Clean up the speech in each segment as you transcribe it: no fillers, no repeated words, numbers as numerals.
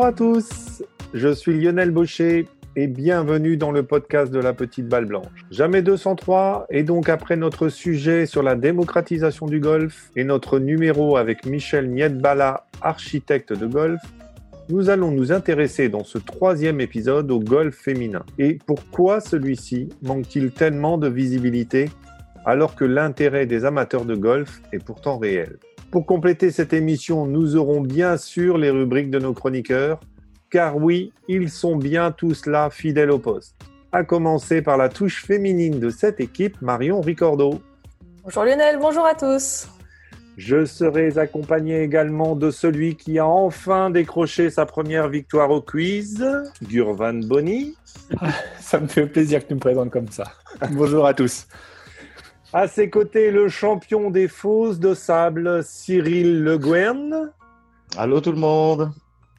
à tous, je suis Lionel Baucher et bienvenue dans le podcast de la Petite Balle Blanche. Jamais 203 et donc après notre sujet sur la démocratisation du golf et notre numéro avec Michel Nietbala, architecte de golf, nous allons nous intéresser dans ce 3e épisode au golf féminin. Et pourquoi celui-ci manque-t-il tellement de visibilité alors que l'intérêt des amateurs de golf est pourtant réel? Pour compléter cette émission, nous aurons bien sûr les rubriques de nos chroniqueurs, car oui, ils sont bien tous là, fidèles au poste. À commencer par la touche féminine de cette équipe, Marion Ricordo. Bonjour Lionel, bonjour à tous. Je serai accompagné également de celui qui a enfin décroché sa première victoire au quiz, Gurvan Boni. Ça me fait plaisir que tu me présentes comme ça. Bonjour à tous. À ses côtés, le champion des fosses de sable, Cyril Le Guen. Allô tout le monde.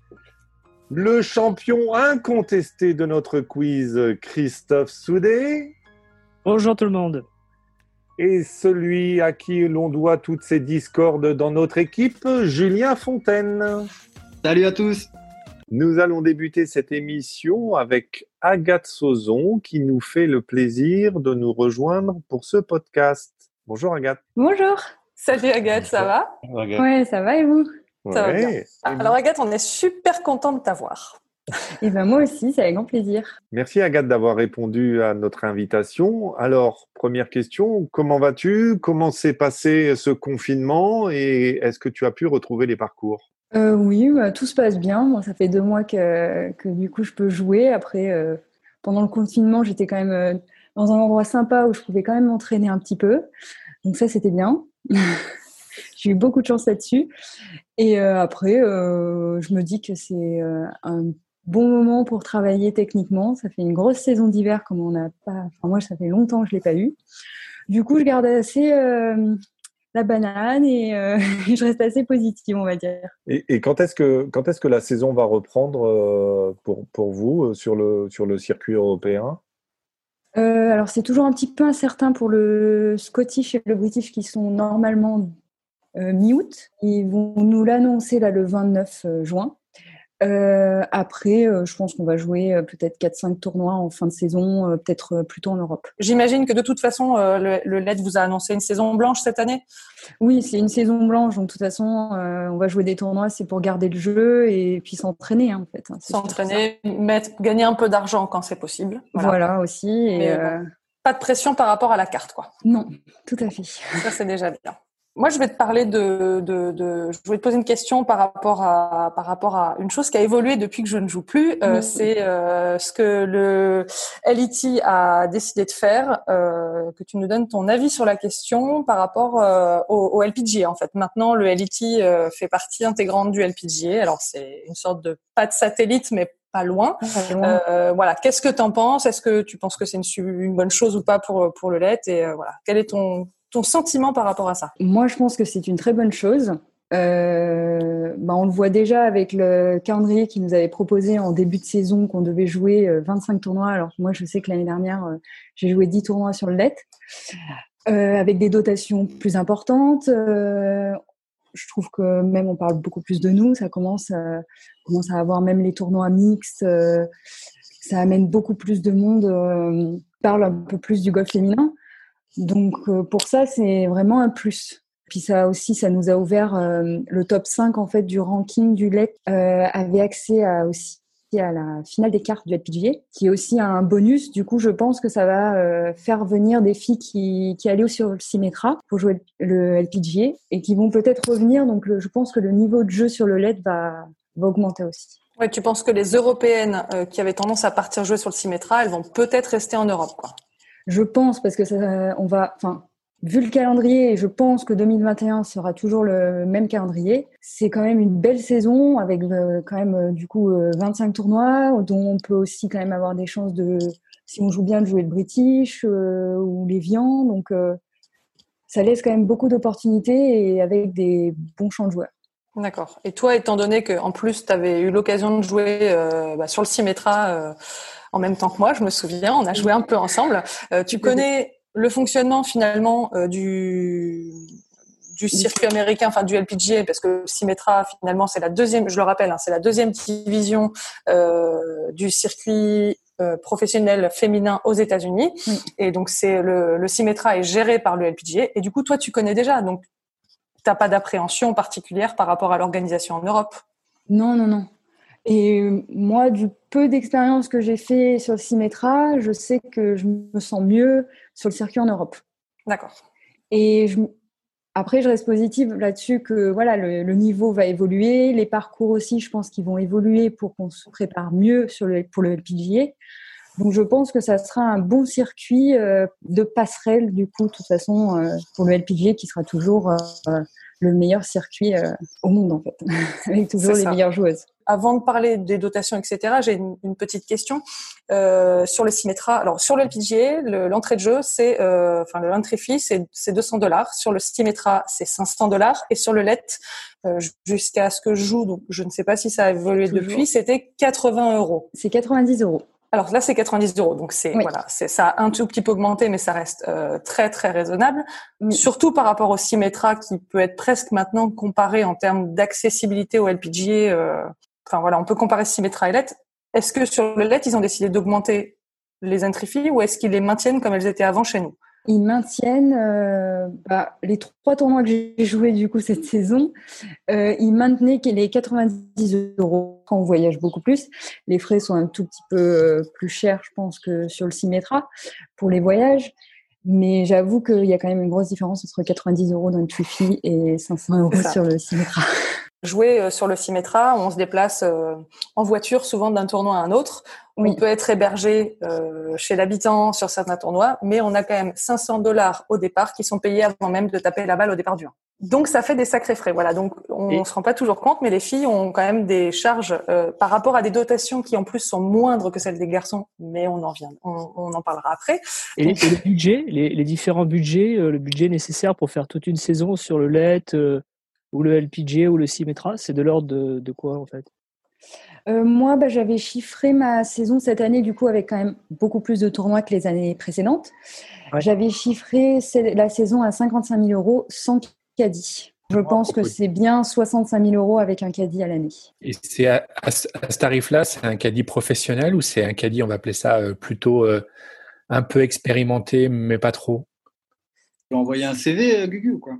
Le champion incontesté de notre quiz, Christophe Soudé. Bonjour tout le monde. Et celui à qui l'on doit toutes ces discordes dans notre équipe, Julien Fontaine. Salut à tous. Nous allons débuter cette émission avec Agathe Sauzon qui nous fait le plaisir de nous rejoindre pour ce podcast. Bonjour Agathe. Bonjour. Salut Agathe, ça va? Ouais, ça va et vous? Ça va bien. Alors Agathe, on est super content de t'avoir. Et ben moi aussi, c'est avec grand plaisir. Merci Agathe d'avoir répondu à notre invitation. Alors, première question, comment vas-tu? Comment s'est passé ce confinement et est-ce que tu as pu retrouver les parcours? Oui, tout se passe bien. Moi, ça fait 2 mois que du coup je peux jouer. Après, pendant le confinement, j'étais quand même dans un endroit sympa où je pouvais quand même m'entraîner un petit peu. Donc ça, c'était bien. J'ai eu beaucoup de chance là-dessus. Et après, je me dis que c'est un bon moment pour travailler techniquement. Ça fait une grosse saison d'hiver comme on n'a pas... Enfin, moi, ça fait longtemps que je ne l'ai pas eu. Du coup, je garde assez la banane et je reste assez positive, on va dire. Et quand est-ce que la saison va reprendre pour vous sur le circuit européen? Alors, c'est toujours un petit peu incertain pour le Scottish et le British qui sont normalement mi-août. Ils vont nous l'annoncer là, le 29 juin. Après, je pense qu'on va jouer peut-être 4-5 tournois en fin de saison, peut-être plutôt en Europe. J'imagine que de toute façon, le LED vous a annoncé une saison blanche cette année? Oui, c'est une saison blanche, donc de toute façon, on va jouer des tournois, c'est pour garder le jeu et puis s'entraîner en fait. S'entraîner, gagner un peu d'argent quand c'est possible. Voilà aussi. Et bon, pas de pression par rapport à la carte, quoi. Non, tout à fait. Ça, c'est déjà bien. Moi, je vais te parler je voulais te poser une question par rapport à une chose qui a évolué depuis que je ne joue plus. C'est ce que le LET a décidé de faire, que tu nous donnes ton avis sur la question par rapport au LPGA. En fait, maintenant, le LET fait partie intégrante du LPGA. Alors, c'est une sorte de pas de satellite, mais pas loin. Voilà. Qu'est-ce que tu en penses? Est-ce que tu penses que c'est une bonne chose ou pas pour le LET? Et voilà. Quel est ton sentiment par rapport à ça? Moi, je pense que c'est une très bonne chose. On le voit déjà avec le calendrier qu'ils nous avait proposé en début de saison qu'on devait jouer 25 tournois. Alors moi, je sais que l'année dernière, j'ai joué 10 tournois sur le LET avec des dotations plus importantes. Je trouve que même on parle beaucoup plus de nous. Ça commence à avoir même les tournois mixtes. Ça amène beaucoup plus de monde. Parle un peu plus du golf féminin. Donc, pour ça, c'est vraiment un plus. Puis ça aussi, ça nous a ouvert le top 5 en fait, du ranking du LET avait accès aussi à la finale des cartes du LPGA, qui est aussi un bonus. Du coup, je pense que ça va faire venir des filles qui allaient sur le Symetra pour jouer le LPGA et qui vont peut-être revenir. Donc, je pense que le niveau de jeu sur le LET va augmenter aussi. Ouais, tu penses que les Européennes qui avaient tendance à partir jouer sur le Symetra, elles vont peut-être rester en Europe, quoi? Je pense, parce que vu le calendrier, je pense que 2021 sera toujours le même calendrier. C'est quand même une belle saison avec quand même 25 tournois, dont on peut aussi quand même avoir des chances si on joue bien, de jouer le British ou l'Evian. Donc, ça laisse quand même beaucoup d'opportunités et avec des bons champs de joueurs. D'accord. Et toi, étant donné qu'en plus, tu avais eu l'occasion de jouer sur le Symetra en même temps que moi, je me souviens, on a joué un peu ensemble. Tu connais le fonctionnement finalement du du circuit américain, enfin du LPGA, parce que Symetra finalement c'est la deuxième, je le rappelle, c'est la deuxième division du circuit professionnel féminin aux États-Unis. Oui. Et donc c'est le Symetra est géré par le LPGA. Et du coup toi tu connais déjà, donc t'as pas d'appréhension particulière par rapport à l'organisation en Europe? Non. Et moi, du peu d'expérience que j'ai fait sur le Symetra, je sais que je me sens mieux sur le circuit en Europe. D'accord. Et après, je reste positive là-dessus que voilà, le niveau va évoluer, les parcours aussi, je pense qu'ils vont évoluer pour qu'on se prépare mieux pour le LPGA. Donc, je pense que ça sera un bon circuit de passerelle, du coup, de toute façon, pour le LPGA qui sera toujours le meilleur circuit au monde, en fait, avec toujours les meilleures joueuses. Avant de parler des dotations, etc., j'ai une petite question sur le Symetra. Alors, sur le LPGA, l'entrée de jeu, l'entrée fee, c'est $200. Sur le Symetra, c'est $500. Et sur le LET, jusqu'à ce que je joue, donc je ne sais pas si ça a évolué depuis, c'était 80 €. C'est 90 €. Alors là, c'est 90 €. Donc ça a un tout petit peu augmenté, mais ça reste très très raisonnable. Oui. Surtout par rapport au Symetra, qui peut être presque maintenant comparé en termes d'accessibilité au LPGA. On peut comparer Symetra et LET. Est-ce que sur le LET, ils ont décidé d'augmenter les entry fees ou est-ce qu'ils les maintiennent comme elles étaient avant chez nous? Ils maintiennent les 3 tournois que j'ai joués du coup cette saison. Ils maintenaient les 90 € quand on voyage beaucoup plus. Les frais sont un tout petit peu plus chers, je pense, que sur le Symetra pour les voyages. Mais j'avoue qu'il y a quand même une grosse différence entre 90 € d'entry fee et 500 € sur le Symetra. Jouer sur le Symetra, on se déplace en voiture souvent d'un tournoi à un autre. Oui. On peut être hébergé chez l'habitant sur certains tournois, mais on a quand même 500 $ au départ qui sont payés avant même de taper la balle au départ du 1. Donc ça fait des sacrés frais. Voilà, donc on se rend pas toujours compte, mais les filles ont quand même des charges par rapport à des dotations qui en plus sont moindres que celles des garçons, mais on en parlera après. Et le budget, les différents budgets, le budget nécessaire pour faire toute une saison sur le LET ou le LPGA ou le Symetra, c'est de l'ordre de quoi en fait? Moi, j'avais chiffré ma saison cette année du coup avec quand même beaucoup plus de tournois que les années précédentes. Ouais. J'avais chiffré la saison à 55 000 € sans caddie. Je pense que c'est bien 65 000 € avec un caddie à l'année. Et c'est à ce tarif-là, c'est un caddie professionnel ou c'est un caddie, on va appeler ça plutôt un peu expérimenté, mais pas trop? Tu vas envoyer un CV, Gugu, ou quoi?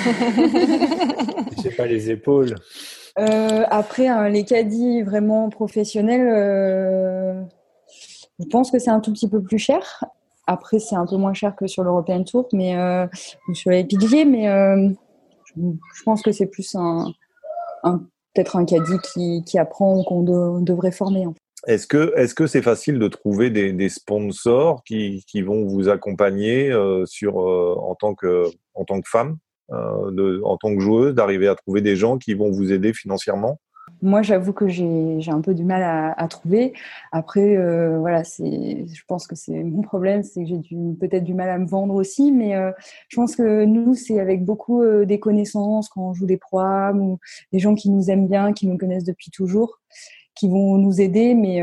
J'ai pas les épaules. Après, les caddies vraiment professionnels, je pense que c'est un tout petit peu plus cher. Après, c'est un peu moins cher que sur l'European Tour, mais ou sur les PGA, mais je pense que c'est plus peut-être un caddie qui apprend ou qu'on devrait former. En fait. Est-ce que c'est facile de trouver des sponsors qui vont vous accompagner en tant que femme, en tant que joueuse, d'arriver à trouver des gens qui vont vous aider financièrement? Moi, j'avoue que j'ai un peu du mal à trouver. Après, je pense que c'est mon problème, c'est que j'ai peut-être du mal à me vendre aussi, mais je pense que nous, c'est avec beaucoup des connaissances quand on joue des pro-am ou des gens qui nous aiment bien, qui nous connaissent depuis toujours, qui vont nous aider, mais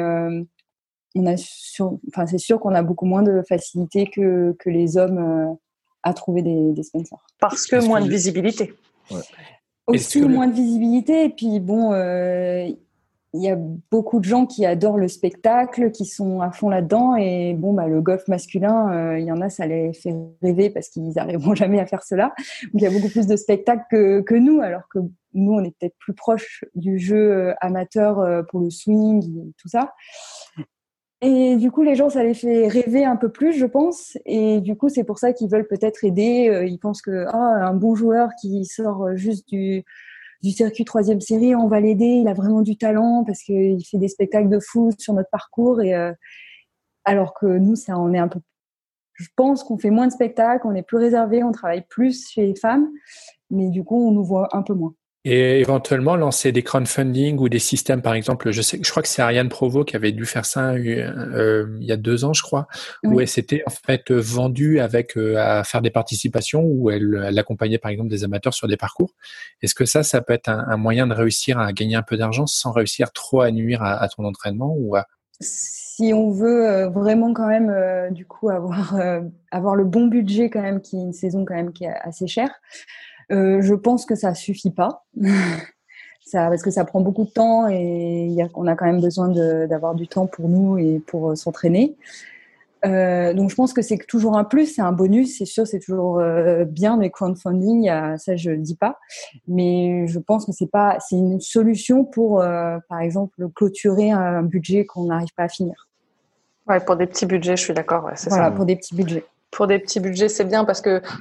c'est sûr qu'on a beaucoup moins de facilité que les hommes à trouver des sponsors. Parce que moins de visibilité. Ouais. Aussi moins de visibilité, et puis bon, il y a beaucoup de gens qui adorent le spectacle, qui sont à fond là-dedans, et bon, le golf masculin, il y en a, ça les fait rêver parce qu'ils n'arriveront jamais à faire cela. Donc il y a beaucoup plus de spectacles que nous, alors que nous, on est peut-être plus proche du jeu amateur pour le swing et tout ça. Et du coup, les gens, ça les fait rêver un peu plus, je pense. Et du coup, c'est pour ça qu'ils veulent peut-être aider. Ils pensent que un bon joueur qui sort juste du circuit 3e série, on va l'aider. Il a vraiment du talent parce qu'il fait des spectacles de fou sur notre parcours. Et alors que nous, on est un peu. Je pense qu'on fait moins de spectacles, on est plus réservé, on travaille plus chez les femmes, mais du coup, on nous voit un peu moins. Et éventuellement lancer des crowdfunding ou des systèmes, par exemple, je crois que c'est Ariane Provost qui avait dû faire ça il y a 2 ans, je crois, oui. Où elle s'était en fait vendue à faire des participations où elle accompagnait par exemple des amateurs sur des parcours. Est-ce que ça peut être un moyen de réussir à gagner un peu d'argent sans réussir trop à nuire à ton entraînement ou à... Si on veut vraiment quand même du coup avoir le bon budget quand même, qui est une saison quand même qui est assez chère. Je pense que ça suffit pas. Parce que ça prend beaucoup de temps et on a quand même besoin d'avoir du temps pour nous et pour s'entraîner. Donc je pense que c'est toujours un plus, c'est un bonus, c'est sûr, c'est toujours bien, mais crowdfunding, ça je le dis pas, mais je pense que c'est une solution pour par exemple clôturer un budget qu'on n'arrive pas à finir. Ouais, pour des petits budgets, je suis d'accord, ouais, c'est voilà, ça. Pour des petits budgets. Pour des petits budgets, c'est bien parce que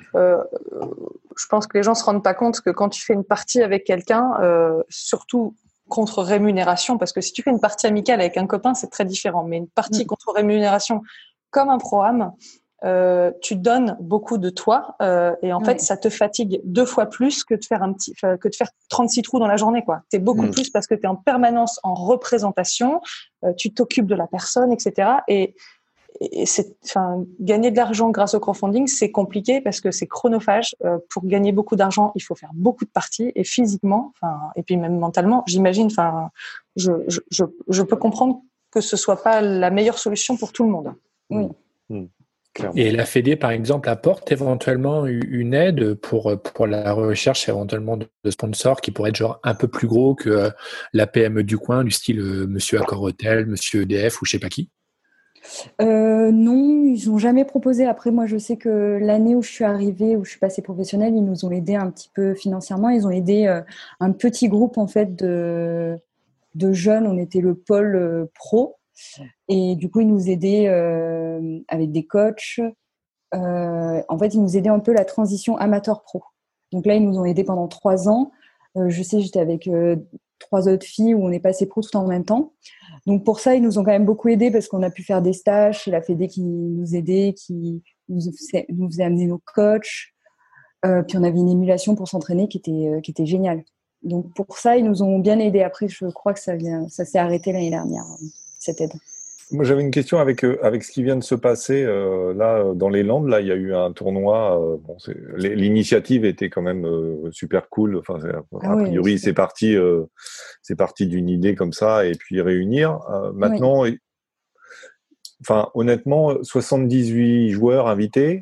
je pense que les gens se rendent pas compte que quand tu fais une partie avec quelqu'un, surtout contre rémunération, parce que si tu fais une partie amicale avec un copain, c'est très différent, mais une partie contre rémunération comme un pro-am, tu donnes beaucoup de toi et en fait ça te fatigue 2 fois plus que de faire 36 trous dans la journée, quoi. T'es beaucoup plus parce que t'es en permanence en représentation, tu t'occupes de la personne, etc. Et gagner de l'argent grâce au crowdfunding, c'est compliqué parce que c'est chronophage. Pour gagner beaucoup d'argent, il faut faire beaucoup de parties et physiquement, et puis même mentalement, j'imagine. Je peux comprendre que ce soit pas la meilleure solution pour tout le monde. Oui. Et la Fédé, par exemple, apporte éventuellement une aide pour la recherche éventuellement de sponsors qui pourraient être genre un peu plus gros que la PME du coin, du style Monsieur Accor-Hôtel, Monsieur EDF ou je sais pas qui. Non, ils n'ont jamais proposé. Après, moi, je sais que l'année où je suis arrivée, où je suis passée professionnelle, ils nous ont aidés un petit peu financièrement. Ils ont aidé un petit groupe en fait de jeunes. On était le pôle pro. Et du coup, ils nous aidaient avec des coachs. En fait, ils nous aidaient un peu la transition amateur-pro. Donc là, ils nous ont aidés pendant 3 ans. Je sais, j'étais avec 3 autres filles où on est passé pro tout en même temps. Donc pour ça, ils nous ont quand même beaucoup aidés parce qu'on a pu faire des stages chez la Fédé qui nous aidait, qui nous faisait amener nos coachs. Puis on avait une émulation pour s'entraîner qui était géniale. Donc pour ça, ils nous ont bien aidés. Après, je crois que ça s'est arrêté l'année dernière, cette aide. Moi, j'avais une question avec ce qui vient de se passer là dans les Landes. Là, il y a eu un tournoi. L'initiative était quand même super cool. Enfin, a priori, c'est parti d'une idée comme ça et puis réunir. Maintenant, enfin, honnêtement, 78 joueurs invités,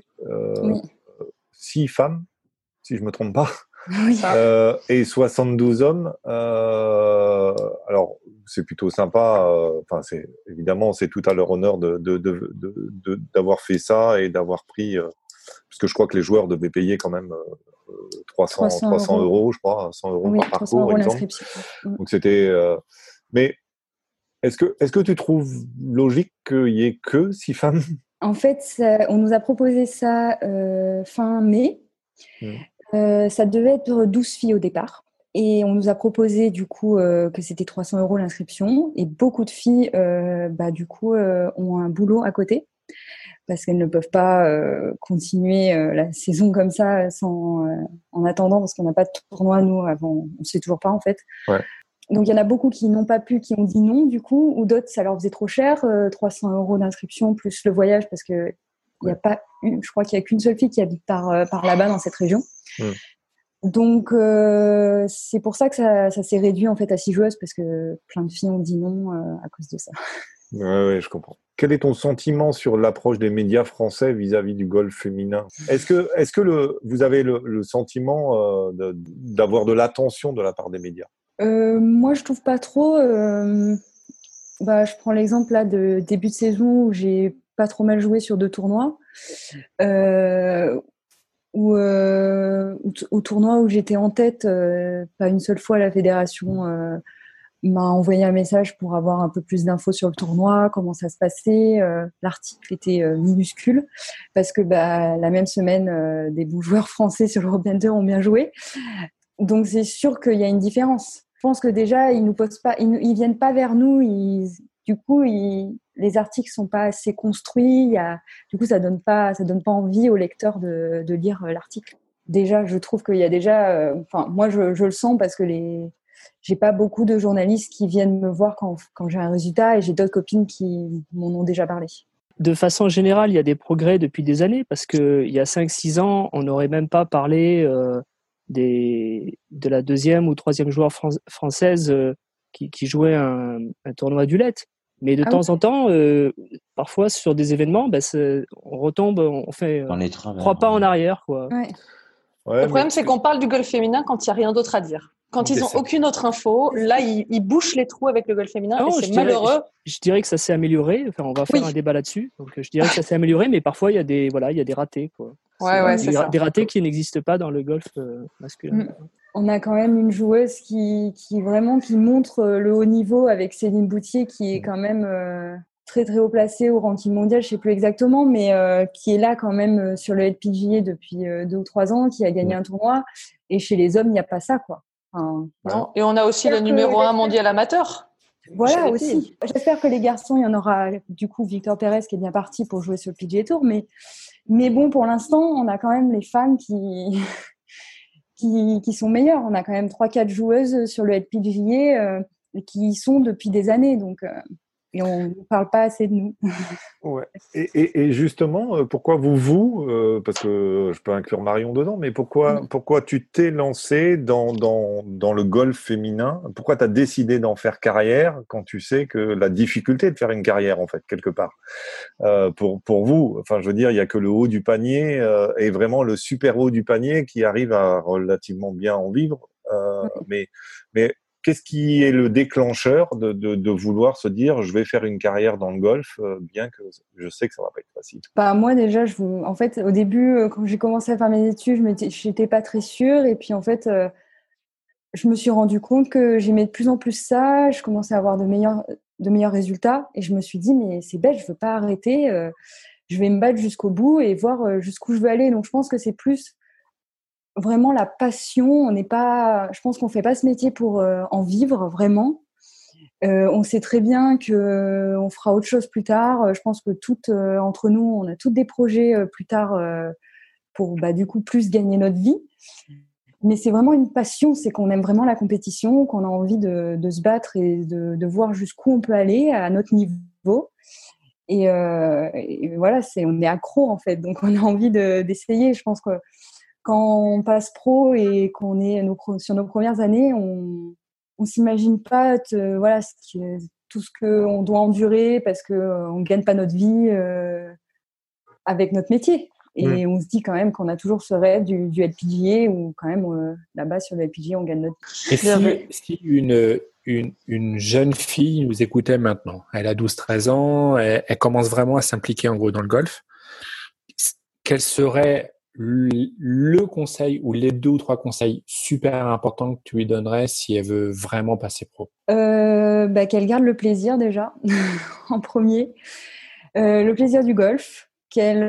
6 femmes, si je me trompe pas. Oui. Et 72 hommes. Alors, c'est plutôt sympa. Enfin, c'est tout à leur honneur d'avoir fait ça et d'avoir pris. Parce que je crois que les joueurs devaient payer quand même 300 euros, je crois, 100 euros par parcours, exemple. Donc c'était. Mais est-ce que tu trouves logique qu'il y ait que 6 femmes? En fait, on nous a proposé ça fin mai. Ça devait être 12 filles au départ. Et on nous a proposé du coup que c'était 300 euros l'inscription. Et beaucoup de filles, du coup, ont un boulot à côté parce qu'elles ne peuvent pas continuer la saison comme ça en attendant parce qu'on n'a pas de tournoi, nous, avant. On ne sait toujours pas, en fait. Ouais. Donc, il y en a beaucoup qui n'ont pas pu, qui ont dit non, du coup, ou d'autres, ça leur faisait trop cher, 300 euros d'inscription plus le voyage parce que il y a pas je crois qu'il n'y a qu'une seule fille qui habite par là-bas dans cette région. Donc c'est pour ça que ça s'est réduit en fait à 6 joueuses parce que plein de filles ont dit non à cause de ça. Ouais, je comprends. Quel est ton sentiment sur l'approche des médias français vis-à-vis du golf féminin? Est-ce que vous avez le sentiment d'avoir de l'attention de la part des médias? Moi, je trouve pas trop. Je prends l'exemple là de début de saison où j'ai pas trop mal joué sur 2 tournois. Au tournoi où j'étais en tête, pas une seule fois la fédération m'a envoyé un message pour avoir un peu plus d'infos sur le tournoi, comment ça se passait. L'article était minuscule parce que la même semaine, des bons joueurs français sur l'European Tour ont bien joué. Donc c'est sûr qu'il y a une différence. Je pense que déjà ils nous posent pas, ils viennent pas vers nous. Les articles sont pas assez construits. Du coup, ça donne pas envie au lecteur de lire l'article. Déjà, je trouve qu'il y a déjà. Moi, je le sens parce que j'ai pas beaucoup de journalistes qui viennent me voir quand j'ai un résultat et j'ai d'autres copines qui m'en ont déjà parlé. De façon générale, il y a des progrès depuis des années parce que il y a 5-6 ans, on n'aurait même pas parlé de la 2e ou 3e joueur française qui jouait un tournoi du LET. Mais de temps en temps, parfois sur des événements, on retombe, on fait 3 pas en arrière, quoi. Ouais. Ouais, Le problème, c'est qu'on parle du golf féminin quand il n'y a rien d'autre à dire. Quand ils n'ont aucune autre info, là, ils bouchent les trous avec le golf féminin et c'est malheureux. Je dirais que ça s'est amélioré. Enfin, on va faire un débat là-dessus. Donc, je dirais que ça s'est amélioré, mais parfois, il y a des ratés, quoi. C'est ça. Des ratés qui n'existent pas dans le golf masculin. On a quand même une joueuse qui montre le haut niveau avec Céline Boutier, qui est quand même très très haut placée au ranking mondial, je sais plus exactement, mais qui est là quand même sur le LPGA depuis 2 ou 3 ans, qui a gagné un tournoi. Et chez les hommes, il n'y a pas ça, quoi. Enfin, non. Et on a aussi le numéro 1 mondial amateur. Voilà aussi. J'espère que les garçons, il y en aura du coup Victor Pérez qui est bien parti pour jouer sur le PGA Tour, mais bon, pour l'instant, on a quand même les femmes qui sont meilleures. On a quand même 3-4 joueuses sur le LPGA qui y sont depuis des années, donc et on ne parle pas assez de nous. Ouais. Et justement, pourquoi parce que je peux inclure Marion dedans, mais pourquoi tu t'es lancé dans le golf féminin? Pourquoi tu as décidé d'en faire carrière quand tu sais que la difficulté de faire une carrière, en fait, quelque part, pour vous, enfin, je veux dire, il n'y a que le haut du panier et vraiment le super haut du panier qui arrive à relativement bien en vivre. Mais qu'est-ce qui est le déclencheur de vouloir se dire je vais faire une carrière dans le golf, bien que je sais que ça va pas être facile? Moi déjà, en fait, au début, quand j'ai commencé à faire mes études, je n'étais pas très sûre. Et puis en fait, je me suis rendu compte que j'aimais de plus en plus ça. Je commençais à avoir de meilleurs résultats. Et je me suis dit, mais c'est bête, je veux pas arrêter. Je vais me battre jusqu'au bout et voir jusqu'où je veux aller. Donc je pense que c'est plus vraiment la passion. Je pense qu'on fait pas ce métier pour en vivre vraiment. On sait très bien que on fera autre chose plus tard. Je pense que toutes entre nous, on a toutes des projets plus tard pour du coup plus gagner notre vie. Mais c'est vraiment une passion, c'est qu'on aime vraiment la compétition, qu'on a envie de se battre et de voir jusqu'où on peut aller à notre niveau. Et voilà, on est accro en fait, donc on a envie d'essayer. Je pense que quand on passe pro et qu'on est sur nos premières années, on s'imagine pas tout ce qu'on doit endurer parce qu'on ne gagne pas notre vie avec notre métier. Et on se dit quand même qu'on a toujours ce rêve du LPGA où quand même là-bas sur le LPGA on gagne notre vie. Et si une jeune fille nous écoutait maintenant, elle a 12-13 ans, elle commence vraiment à s'impliquer en gros dans le golf, quel serait le conseil ou les 2 ou 3 conseils super importants que tu lui donnerais si elle veut vraiment passer pro? Qu'elle garde le plaisir déjà en premier, le plaisir du golf, qu'elle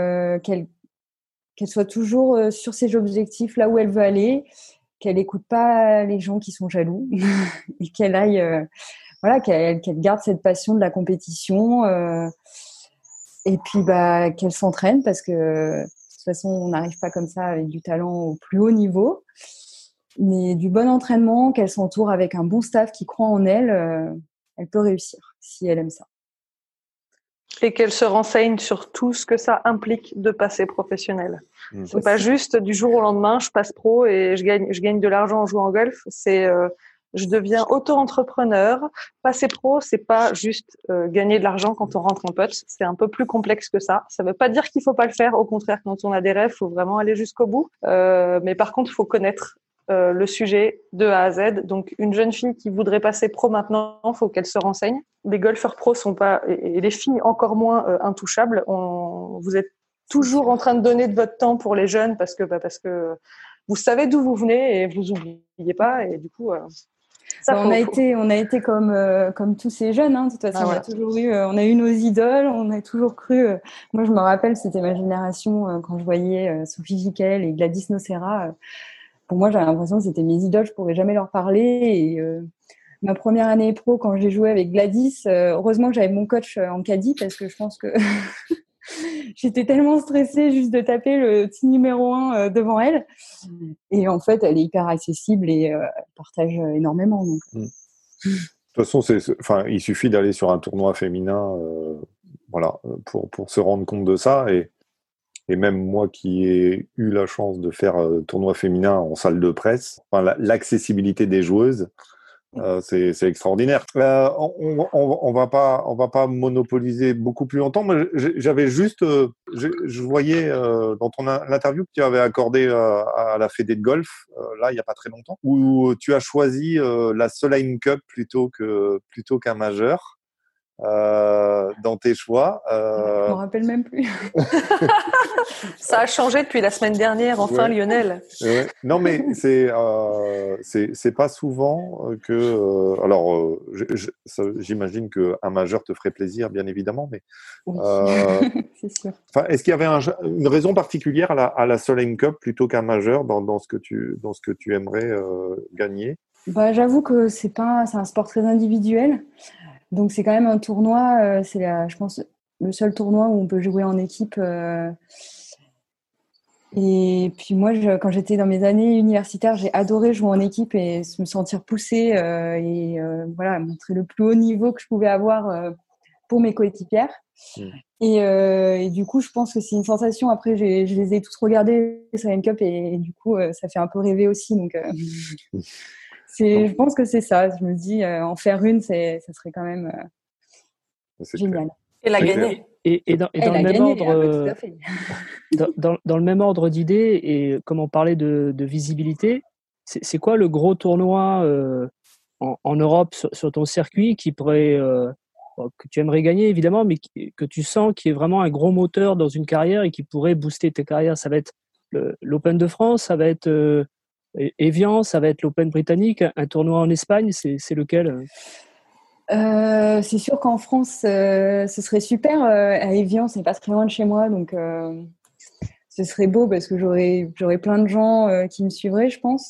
soit toujours sur ses objectifs, là où elle veut aller, qu'elle n'écoute pas les gens qui sont jaloux et qu'elle aille qu'elle garde cette passion de la compétition et puis qu'elle s'entraîne parce que de toute façon, on n'arrive pas comme ça avec du talent au plus haut niveau. Mais du bon entraînement, qu'elle s'entoure avec un bon staff qui croit en elle, elle peut réussir si elle aime ça. Et qu'elle se renseigne sur tout ce que ça implique de passer professionnel. C'est pas juste du jour au lendemain, je passe pro et je gagne de l'argent en jouant au golf. C'est je deviens auto-entrepreneur. Passer pro, c'est pas juste gagner de l'argent quand on rentre en putt. C'est un peu plus complexe que ça. Ça veut pas dire qu'il faut pas le faire. Au contraire, quand on a des rêves, faut vraiment aller jusqu'au bout. Mais par contre, il faut connaître le sujet de A à Z. Donc, une jeune fille qui voudrait passer pro maintenant, faut qu'elle se renseigne. Les golfeurs pros sont pas, et les filles encore moins intouchables. Vous êtes toujours en train de donner de votre temps pour les jeunes parce que vous savez d'où vous venez et vous oubliez pas. Et du coup, on a été comme tous ces jeunes. De toute façon, on a eu nos idoles. On a toujours cru. Moi, je me rappelle, c'était ma génération quand je voyais Sophie Giquel et Gladys Nocera. Pour moi, j'avais l'impression que c'était mes idoles. Je pourrais jamais leur parler. Et ma première année pro, quand j'ai joué avec Gladys, heureusement que j'avais mon coach en caddie parce que je pense que j'étais tellement stressée juste de taper le petit numéro 1 devant elle. Et en fait, elle est hyper accessible et elle partage énormément. Donc. De toute façon, il suffit d'aller sur un tournoi féminin pour se rendre compte de ça. Et même moi qui ai eu la chance de faire tournoi féminin en salle de presse, l'accessibilité des joueuses, C'est extraordinaire. On va pas monopoliser beaucoup plus longtemps. Moi, j'avais juste, je voyais dans l'interview que tu avais accordée à la Fédé de golf, là, il y a pas très longtemps, où tu as choisi la Solheim Cup plutôt qu'un majeur. Dans tes choix. Je m'en rappelle même plus. Ça a changé depuis la semaine dernière, enfin, ouais. Lionel. Ouais. Non, mais c'est pas souvent que. Alors, j'imagine qu'un majeur te ferait plaisir, bien évidemment, mais. Oui, c'est sûr. Est-ce qu'il y avait une raison particulière à la Solheim Cup plutôt qu'un majeur dans ce que tu aimerais gagner? Bah, j'avoue que c'est un sport très individuel. Donc, c'est quand même un tournoi, je pense, le seul tournoi où on peut jouer en équipe. Et puis moi, quand j'étais dans mes années universitaires, j'ai adoré jouer en équipe et me sentir poussée voilà, montrer le plus haut niveau que je pouvais avoir pour mes coéquipières. Et du coup, je pense que c'est une sensation. Après, je les ai tous regardés sur la Cup et du coup, ça fait un peu rêver aussi. Donc, je pense que c'est ça. Je me dis, en faire une, ça serait quand même génial. Et la gagner. Et dans le même ordre, dans le même ordre d'idées, et comme on parlait de visibilité, c'est quoi le gros tournoi en Europe sur ton circuit qui pourrait, que tu aimerais gagner évidemment, mais que tu sens qui est vraiment un gros moteur dans une carrière et qui pourrait booster tes carrières? Ça va être l'Open de France, ça va être Evian, ça va être l'Open britannique, un tournoi en Espagne, c'est lequel? C'est sûr qu'en France, ce serait super. À Evian, c'est pas très loin de chez moi, donc ce serait beau parce que j'aurais plein de gens qui me suivraient, je pense.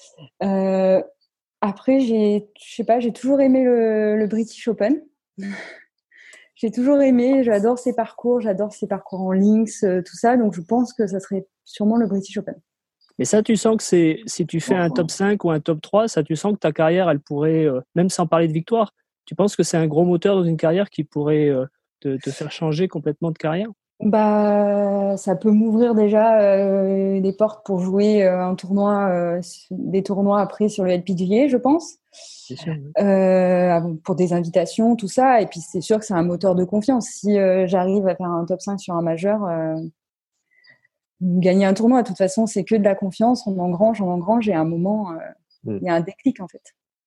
Après, je sais pas, j'ai toujours aimé le British Open. J'ai toujours aimé, j'adore ces parcours en links, tout ça, donc je pense que ça serait sûrement le British Open. Mais ça, tu sens que si tu fais un top 5 ou un top 3, ça, tu sens que ta carrière, elle pourrait, même sans parler de victoire, tu penses que c'est un gros moteur dans une carrière qui pourrait te faire changer complètement de carrière? Bah, ça peut m'ouvrir déjà des portes pour jouer des tournois après sur le LPGA, je pense. C'est sûr, oui. Pour des invitations, tout ça. Et puis, c'est sûr que c'est un moteur de confiance. Si j'arrive à faire un top 5 sur un majeur, gagner un tournoi, de toute façon, c'est que de la confiance. On engrange et à un moment, il y a un déclic, en fait.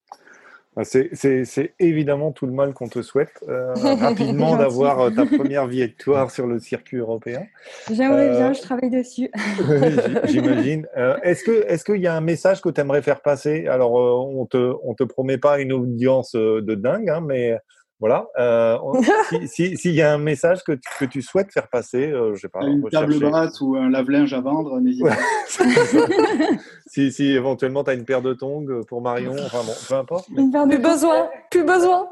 C'est évidemment tout le mal qu'on te souhaite, rapidement d'avoir ta première victoire sur le circuit européen. J'aimerais bien, je travaille dessus. J'imagine. Est-ce qu'il y a un message que tu aimerais faire passer? Alors, on te promet pas une audience de dingue, hein, mais voilà. S'il y a un message que tu souhaites faire passer, je sais pas. Une table basse ou un lave-linge à vendre, n'hésite pas. Si éventuellement tu as une paire de tongs pour Marion, enfin bon, peu importe. Mais... Plus besoin.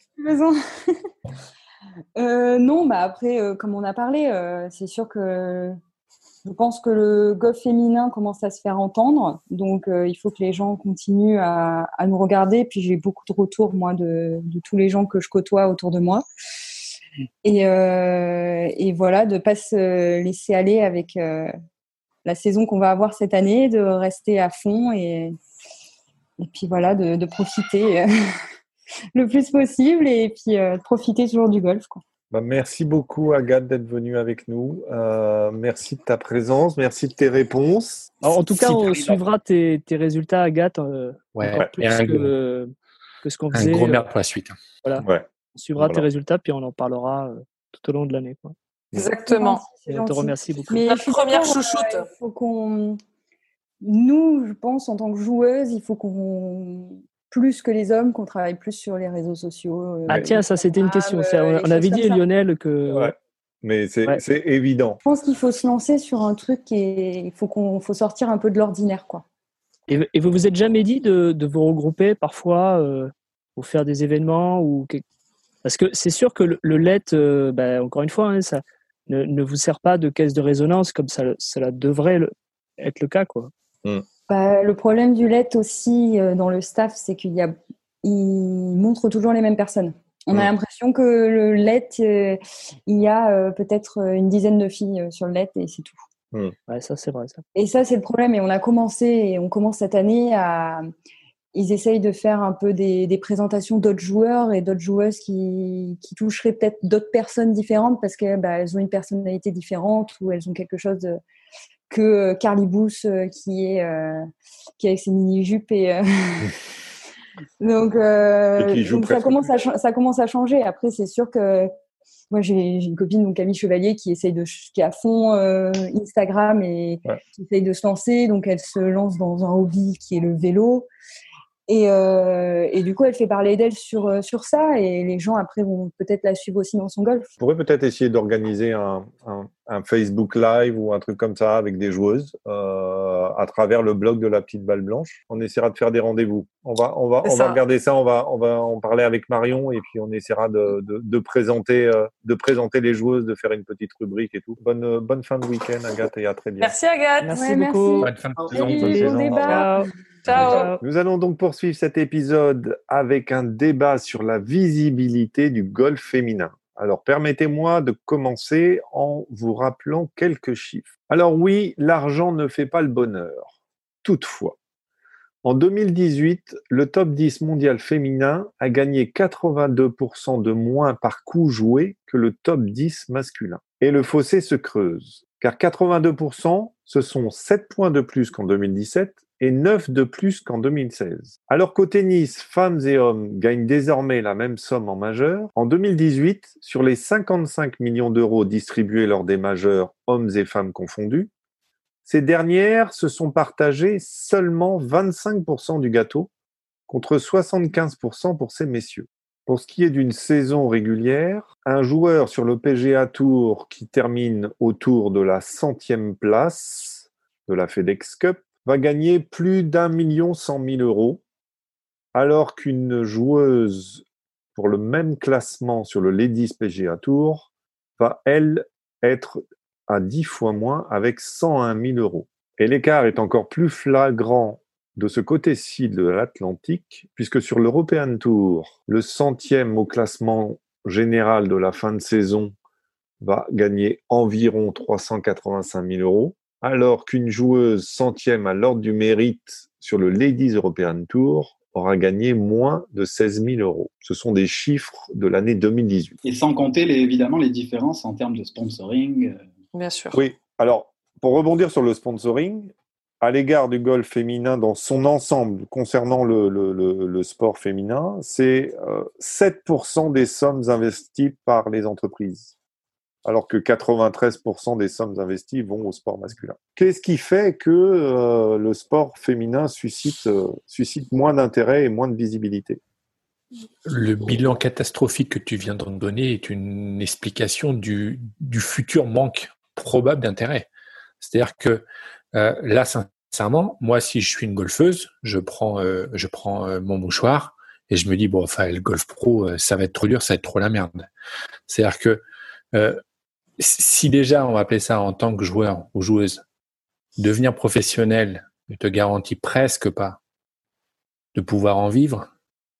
Non, bah après, comme on a parlé, c'est sûr que je pense que le golf féminin commence à se faire entendre, donc il faut que les gens continuent à nous regarder. Puis j'ai beaucoup de retours, moi, de tous les gens que je côtoie autour de moi. Et voilà, de pas se laisser aller avec la saison qu'on va avoir cette année, de rester à fond et puis voilà, de profiter le plus possible et puis de profiter toujours du golf, quoi. Bah, merci beaucoup, Agathe, d'être venue avec nous. Merci de ta présence, merci de tes réponses. Alors, en tout cas, on suivra tes résultats, Agathe, plus que ce qu'on faisait. Un gros merde pour la suite. Voilà. Ouais. On suivra tes résultats, puis on en parlera tout au long de l'année, quoi. Exactement. Je te remercie beaucoup. Mais notre première chouchoute. Il faut nous, je pense, en tant que joueuse, il faut plus que les hommes, qu'on travaille plus sur les réseaux sociaux. Tiens, ça c'était une question. On avait dit, Lionel, que... Ouais. Mais c'est évident. Je pense qu'il faut se lancer sur un truc il faut sortir un peu de l'ordinaire, quoi. Et vous vous êtes jamais dit de vous regrouper parfois pour faire des événements parce que c'est sûr que le LET, encore une fois, hein, ça ne vous sert pas de caisse de résonance comme ça devrait être le cas, quoi. Le problème du LET aussi dans le staff, c'est qu'il montre toujours les mêmes personnes. On a l'impression que le LET, il y a peut-être une dizaine de filles sur le LET et c'est tout. Ouais, ça c'est vrai. Ça. Et ça, c'est le problème. Et on commence cette année ils essayent de faire un peu des présentations d'autres joueurs et d'autres joueuses qui toucheraient peut-être d'autres personnes différentes parce que elles ont une personnalité différente ou elles ont quelque chose que Carly Booth qui est avec ses mini-jupes et donc ça commence à changer. Après, c'est sûr que moi, j'ai une copine, donc Camille Chevalier, qui est à fond Instagram et qui essaye de se lancer. Donc, elle se lance dans un hobby qui est le vélo. Et du coup, elle fait parler d'elle sur ça. Et les gens, après, vont peut-être la suivre aussi dans son golf. On pourrait peut-être essayer d'organiser un Facebook Live ou un truc comme ça avec des joueuses à travers le blog de la petite balle blanche. On essaiera de faire des rendez-vous. On va regarder ça. On va en parler avec Marion et puis on essaiera de présenter les joueuses, de faire une petite rubrique et tout. Bonne fin de week-end, Agathe, et à très bientôt. Merci, Agathe. Merci beaucoup. Bonne fin de saison. Bon débat. Ciao. Nous allons donc poursuivre cet épisode avec un débat sur la visibilité du golf féminin. Alors, permettez-moi de commencer en vous rappelant quelques chiffres. Alors oui, l'argent ne fait pas le bonheur. Toutefois, en 2018, le top 10 mondial féminin a gagné 82% de moins par coup joué que le top 10 masculin. Et le fossé se creuse, car 82%, ce sont 7 points de plus qu'en 2017 et 9 de plus qu'en 2016. Alors qu'au tennis, femmes et hommes gagnent désormais la même somme en majeur, en 2018, sur les 55 millions d'euros distribués lors des majeurs, hommes et femmes confondus, ces dernières se sont partagées seulement 25% du gâteau, contre 75% pour ces messieurs. Pour ce qui est d'une saison régulière, un joueur sur le PGA Tour qui termine autour de la 100e place de la FedEx Cup va gagner plus d'1 100 000 €, alors qu'une joueuse pour le même classement sur le Ladies PGA Tour va, elle, être à 10 fois moins avec 101 000 €. Et l'écart est encore plus flagrant de ce côté-ci de l'Atlantique, puisque sur l'European Tour, le 100e au classement général de la fin de saison va gagner environ 385 000 €, alors qu'une joueuse 100e à l'ordre du mérite sur le Ladies European Tour aura gagné moins de 16 000 €. Ce sont des chiffres de l'année 2018. Et sans compter évidemment les différences en termes de sponsoring. Bien sûr. Oui, alors pour rebondir sur le sponsoring, à l'égard du golf féminin dans son ensemble, concernant le sport féminin, c'est 7% des sommes investies par les entreprises, alors que 93% des sommes investies vont au sport masculin. Qu'est-ce qui fait que le sport féminin suscite moins d'intérêt et moins de visibilité ? Le bilan catastrophique que tu viens de donner est une explication du futur manque probable d'intérêt. C'est-à-dire que là, sincèrement, moi, si je suis une golfeuse, je prends mon mouchoir et je me dis, bon, enfin, le golf pro, ça va être trop dur, ça va être trop la merde. C'est-à-dire que si déjà, on va appeler ça en tant que joueur ou joueuse, devenir professionnel ne te garantit presque pas de pouvoir en vivre,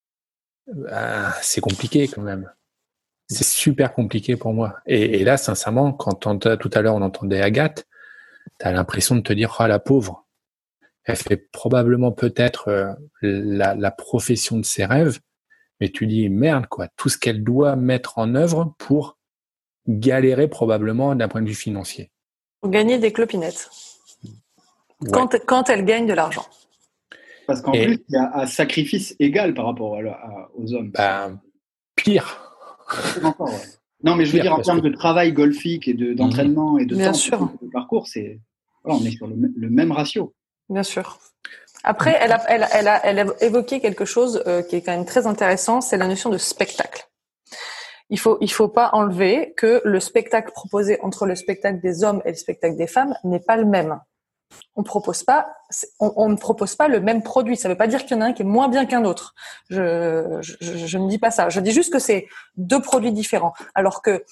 c'est compliqué quand même. C'est super compliqué pour moi. Et là, sincèrement, quand tout à l'heure on entendait Agathe, t'as l'impression de te dire, ah, la pauvre, elle fait probablement peut-être la profession de ses rêves, mais tu dis, merde, quoi, tout ce qu'elle doit mettre en œuvre pour galérer probablement d'un point de vue financier. Pour gagner des clopinettes. Ouais. Quand elle gagne de l'argent. Parce qu'en plus, il y a un sacrifice égal par rapport aux hommes. Pire. Encore, ouais. Non, mais je veux dire, en termes de travail golfique et d'entraînement et de bien temps sûr. de parcours, on est sur le même ratio. Bien sûr. Après, elle a évoqué quelque chose qui est quand même très intéressant, c'est la notion de spectacle. Il faut pas enlever que le spectacle proposé entre le spectacle des hommes et le spectacle des femmes n'est pas le même. On ne propose pas le même produit. Ça ne veut pas dire qu'il y en a un qui est moins bien qu'un autre. Je ne dis pas ça. Je dis juste que c'est deux produits différents. Alors que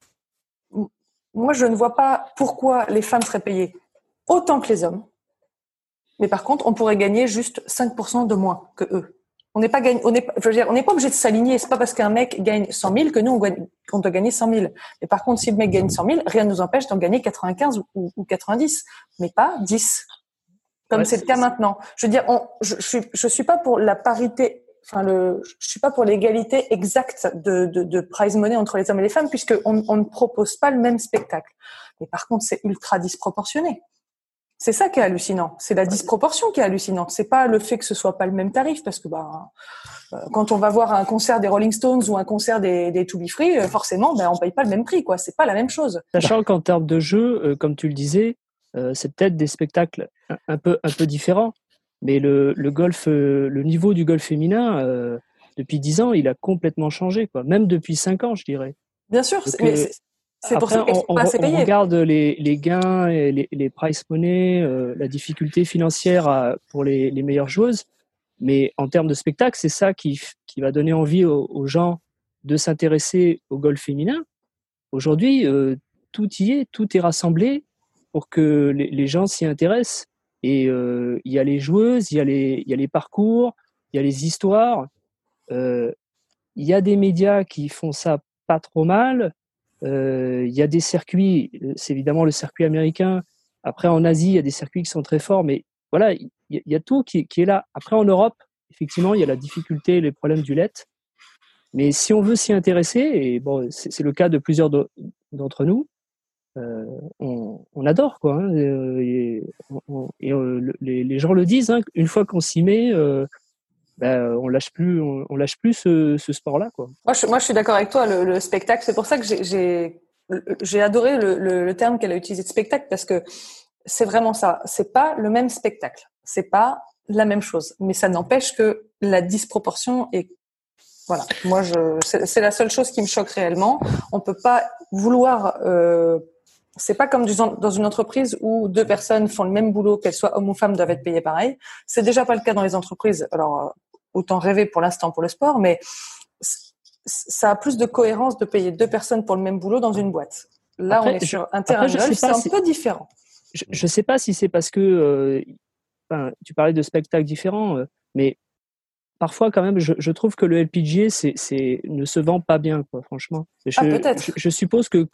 moi, je ne vois pas pourquoi les femmes seraient payées autant que les hommes. Mais par contre, on pourrait gagner juste 5% de moins que eux. On n'est pas obligé de s'aligner. C'est pas parce qu'un mec gagne 100 000 que nous, on doit gagner 100 000. Mais par contre, si le mec gagne 100 000, rien ne nous empêche d'en gagner 95 ou 90, mais pas 10. comme c'est le cas maintenant. Je veux dire, je suis pas pour la parité. Je suis pas pour l'égalité exacte de prize money entre les hommes et les femmes, puisque on ne propose pas le même spectacle. Mais par contre, c'est ultra disproportionné. C'est ça qui est hallucinant. C'est la disproportion qui est hallucinante. C'est pas le fait que ce soit pas le même tarif, parce que quand on va voir un concert des Rolling Stones ou un concert des To Be Free, forcément, on paye pas le même prix, quoi. C'est pas la même chose. Sachant qu'en termes de jeu, comme tu le disais, c'est peut-être des spectacles un peu différents. Mais le golf, le niveau du golf féminin, depuis 10 ans, il a complètement changé, quoi. Même depuis 5 ans, je dirais. Bien sûr, donc, mais c'est pour ça qu'elles sont pas assez payées. On regarde les gains, et les prize money, la difficulté financière pour les meilleures joueuses. Mais en termes de spectacle, c'est ça qui va donner envie aux gens de s'intéresser au golf féminin. Aujourd'hui, tout est rassemblé pour que les gens s'y intéressent. Et il y a les joueuses, il y a les parcours, il y a les histoires. Il y a des médias qui font ça pas trop mal. Il y a des circuits, c'est évidemment le circuit américain. Après, en Asie, il y a des circuits qui sont très forts. Mais voilà, il y a tout qui est là. Après, en Europe, effectivement, il y a la difficulté, les problèmes du let. Mais si on veut s'y intéresser, et bon, c'est le cas de plusieurs d'entre nous, on adore, quoi. Hein, les gens le disent, hein, une fois qu'on s'y met, on lâche plus ce sport-là, quoi. Moi, je suis d'accord avec toi. Le spectacle, c'est pour ça que j'ai adoré le terme qu'elle a utilisé de spectacle, parce que c'est vraiment ça. C'est pas le même spectacle. C'est pas la même chose. Mais ça n'empêche que la disproportion est, voilà. Moi, c'est la seule chose qui me choque réellement. On peut pas vouloir, c'est pas comme dans une entreprise où 2 personnes font le même boulot, qu'elles soient hommes ou femmes, doivent être payées pareil. C'est déjà pas le cas dans les entreprises. Alors, autant rêver pour l'instant pour le sport, mais ça a plus de cohérence de payer 2 personnes pour le même boulot dans une boîte. Là, on est sur un terrain de golf, c'est un peu différent. Je sais pas si c'est parce que, tu parlais de spectacles différents, mais parfois, quand même, je trouve que le LPGA ne se vend pas bien, quoi, franchement. Peut-être. Je suppose que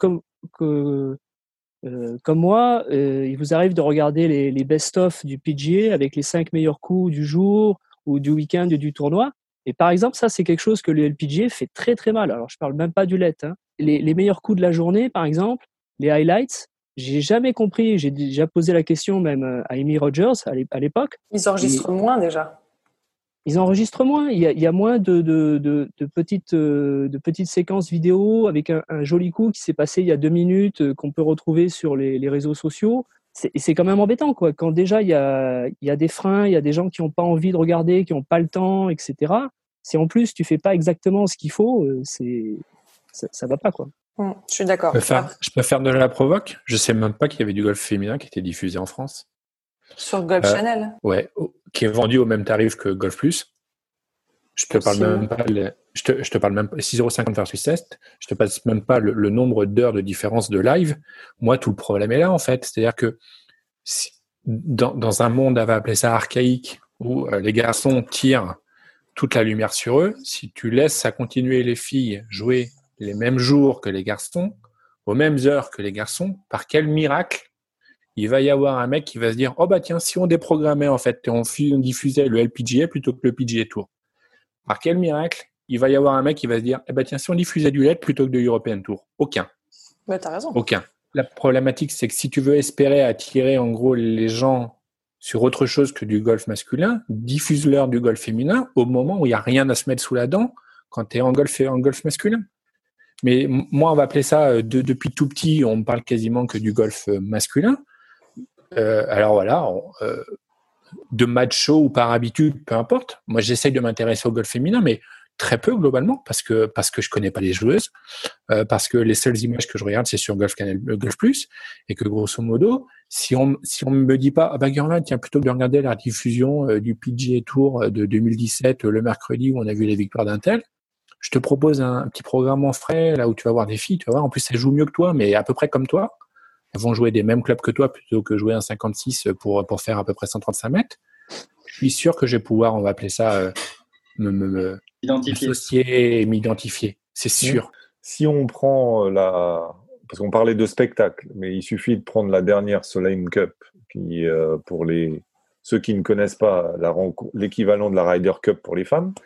comme moi, il vous arrive de regarder les best-of du PGA avec les 5 meilleurs coups du jour ou du week-end et du tournoi. Et par exemple, ça, c'est quelque chose que le LPGA fait très très mal. Alors, je parle même pas du let. Hein. Les meilleurs coups de la journée, par exemple, les highlights, j'ai jamais compris. J'ai déjà posé la question même à Amy Rogers à l'époque. Ils enregistrent moins déjà. Ils enregistrent moins. Il y a moins de petites séquences vidéo avec un joli coup qui s'est passé il y a 2 minutes qu'on peut retrouver sur les réseaux sociaux. C'est quand même embêtant, quoi. Quand déjà il y a des freins, il y a des gens qui n'ont pas envie de regarder, qui n'ont pas le temps, etc. Si en plus tu fais pas exactement ce qu'il faut, ça va pas, quoi. Je suis d'accord. Je peux faire de la provoque. Je sais même pas qu'il y avait du golf féminin qui était diffusé en France. Sur Golf Channel. Ouais, qui est vendu au même tarif que Golf Plus. Je te parle même pas. Je te parle même pas 6,50 € versus 7. Je te passe même pas le nombre d'heures de différence de live. Moi, tout le problème est là, en fait. C'est-à-dire que dans un monde, on va appeler ça archaïque, où les garçons tirent toute la lumière sur eux, si tu laisses à continuer les filles jouer les mêmes jours que les garçons, aux mêmes heures que les garçons, par quel miracle il va y avoir un mec qui va se dire « Oh bah tiens, si on déprogrammait en fait, on diffusait le LPGA plutôt que le PGA Tour. » Par quel miracle il va y avoir un mec qui va se dire « Eh bah tiens, si on diffusait du LED plutôt que de European Tour. » Aucun. Ouais, t'as raison. Aucun. La problématique, c'est que si tu veux espérer attirer en gros les gens sur autre chose que du golf masculin, diffuse-leur du golf féminin au moment où il n'y a rien à se mettre sous la dent quand tu es en golf masculin. Mais moi, on va appeler ça, depuis tout petit, on me parle quasiment que du golf masculin. Alors voilà, de macho ou par habitude, peu importe. Moi, j'essaye de m'intéresser au golf féminin, mais très peu globalement, parce que je connais pas les joueuses, parce que les seules images que je regarde, c'est sur Golf Canal, Golf Plus, et que grosso modo, si on me dit pas, ah bah Gurman, tiens, plutôt que de regarder la diffusion du PGA Tour de 2017, le mercredi où on a vu les victoires d'un tel, je te propose un petit programme en frais, là où tu vas voir des filles, tu vas voir, en plus elles jouent mieux que toi, mais à peu près comme toi. Elles vont jouer des mêmes clubs que toi plutôt que jouer un 56 pour faire à peu près 135 mètres. Je suis sûr que je vais pouvoir, on va appeler ça, m'associer et m'identifier. C'est sûr. Si on prend parce qu'on parlait de spectacle, mais il suffit de prendre la dernière Solheim Cup qui, pour les ceux qui ne connaissent pas l'équivalent de la Ryder Cup pour les femmes,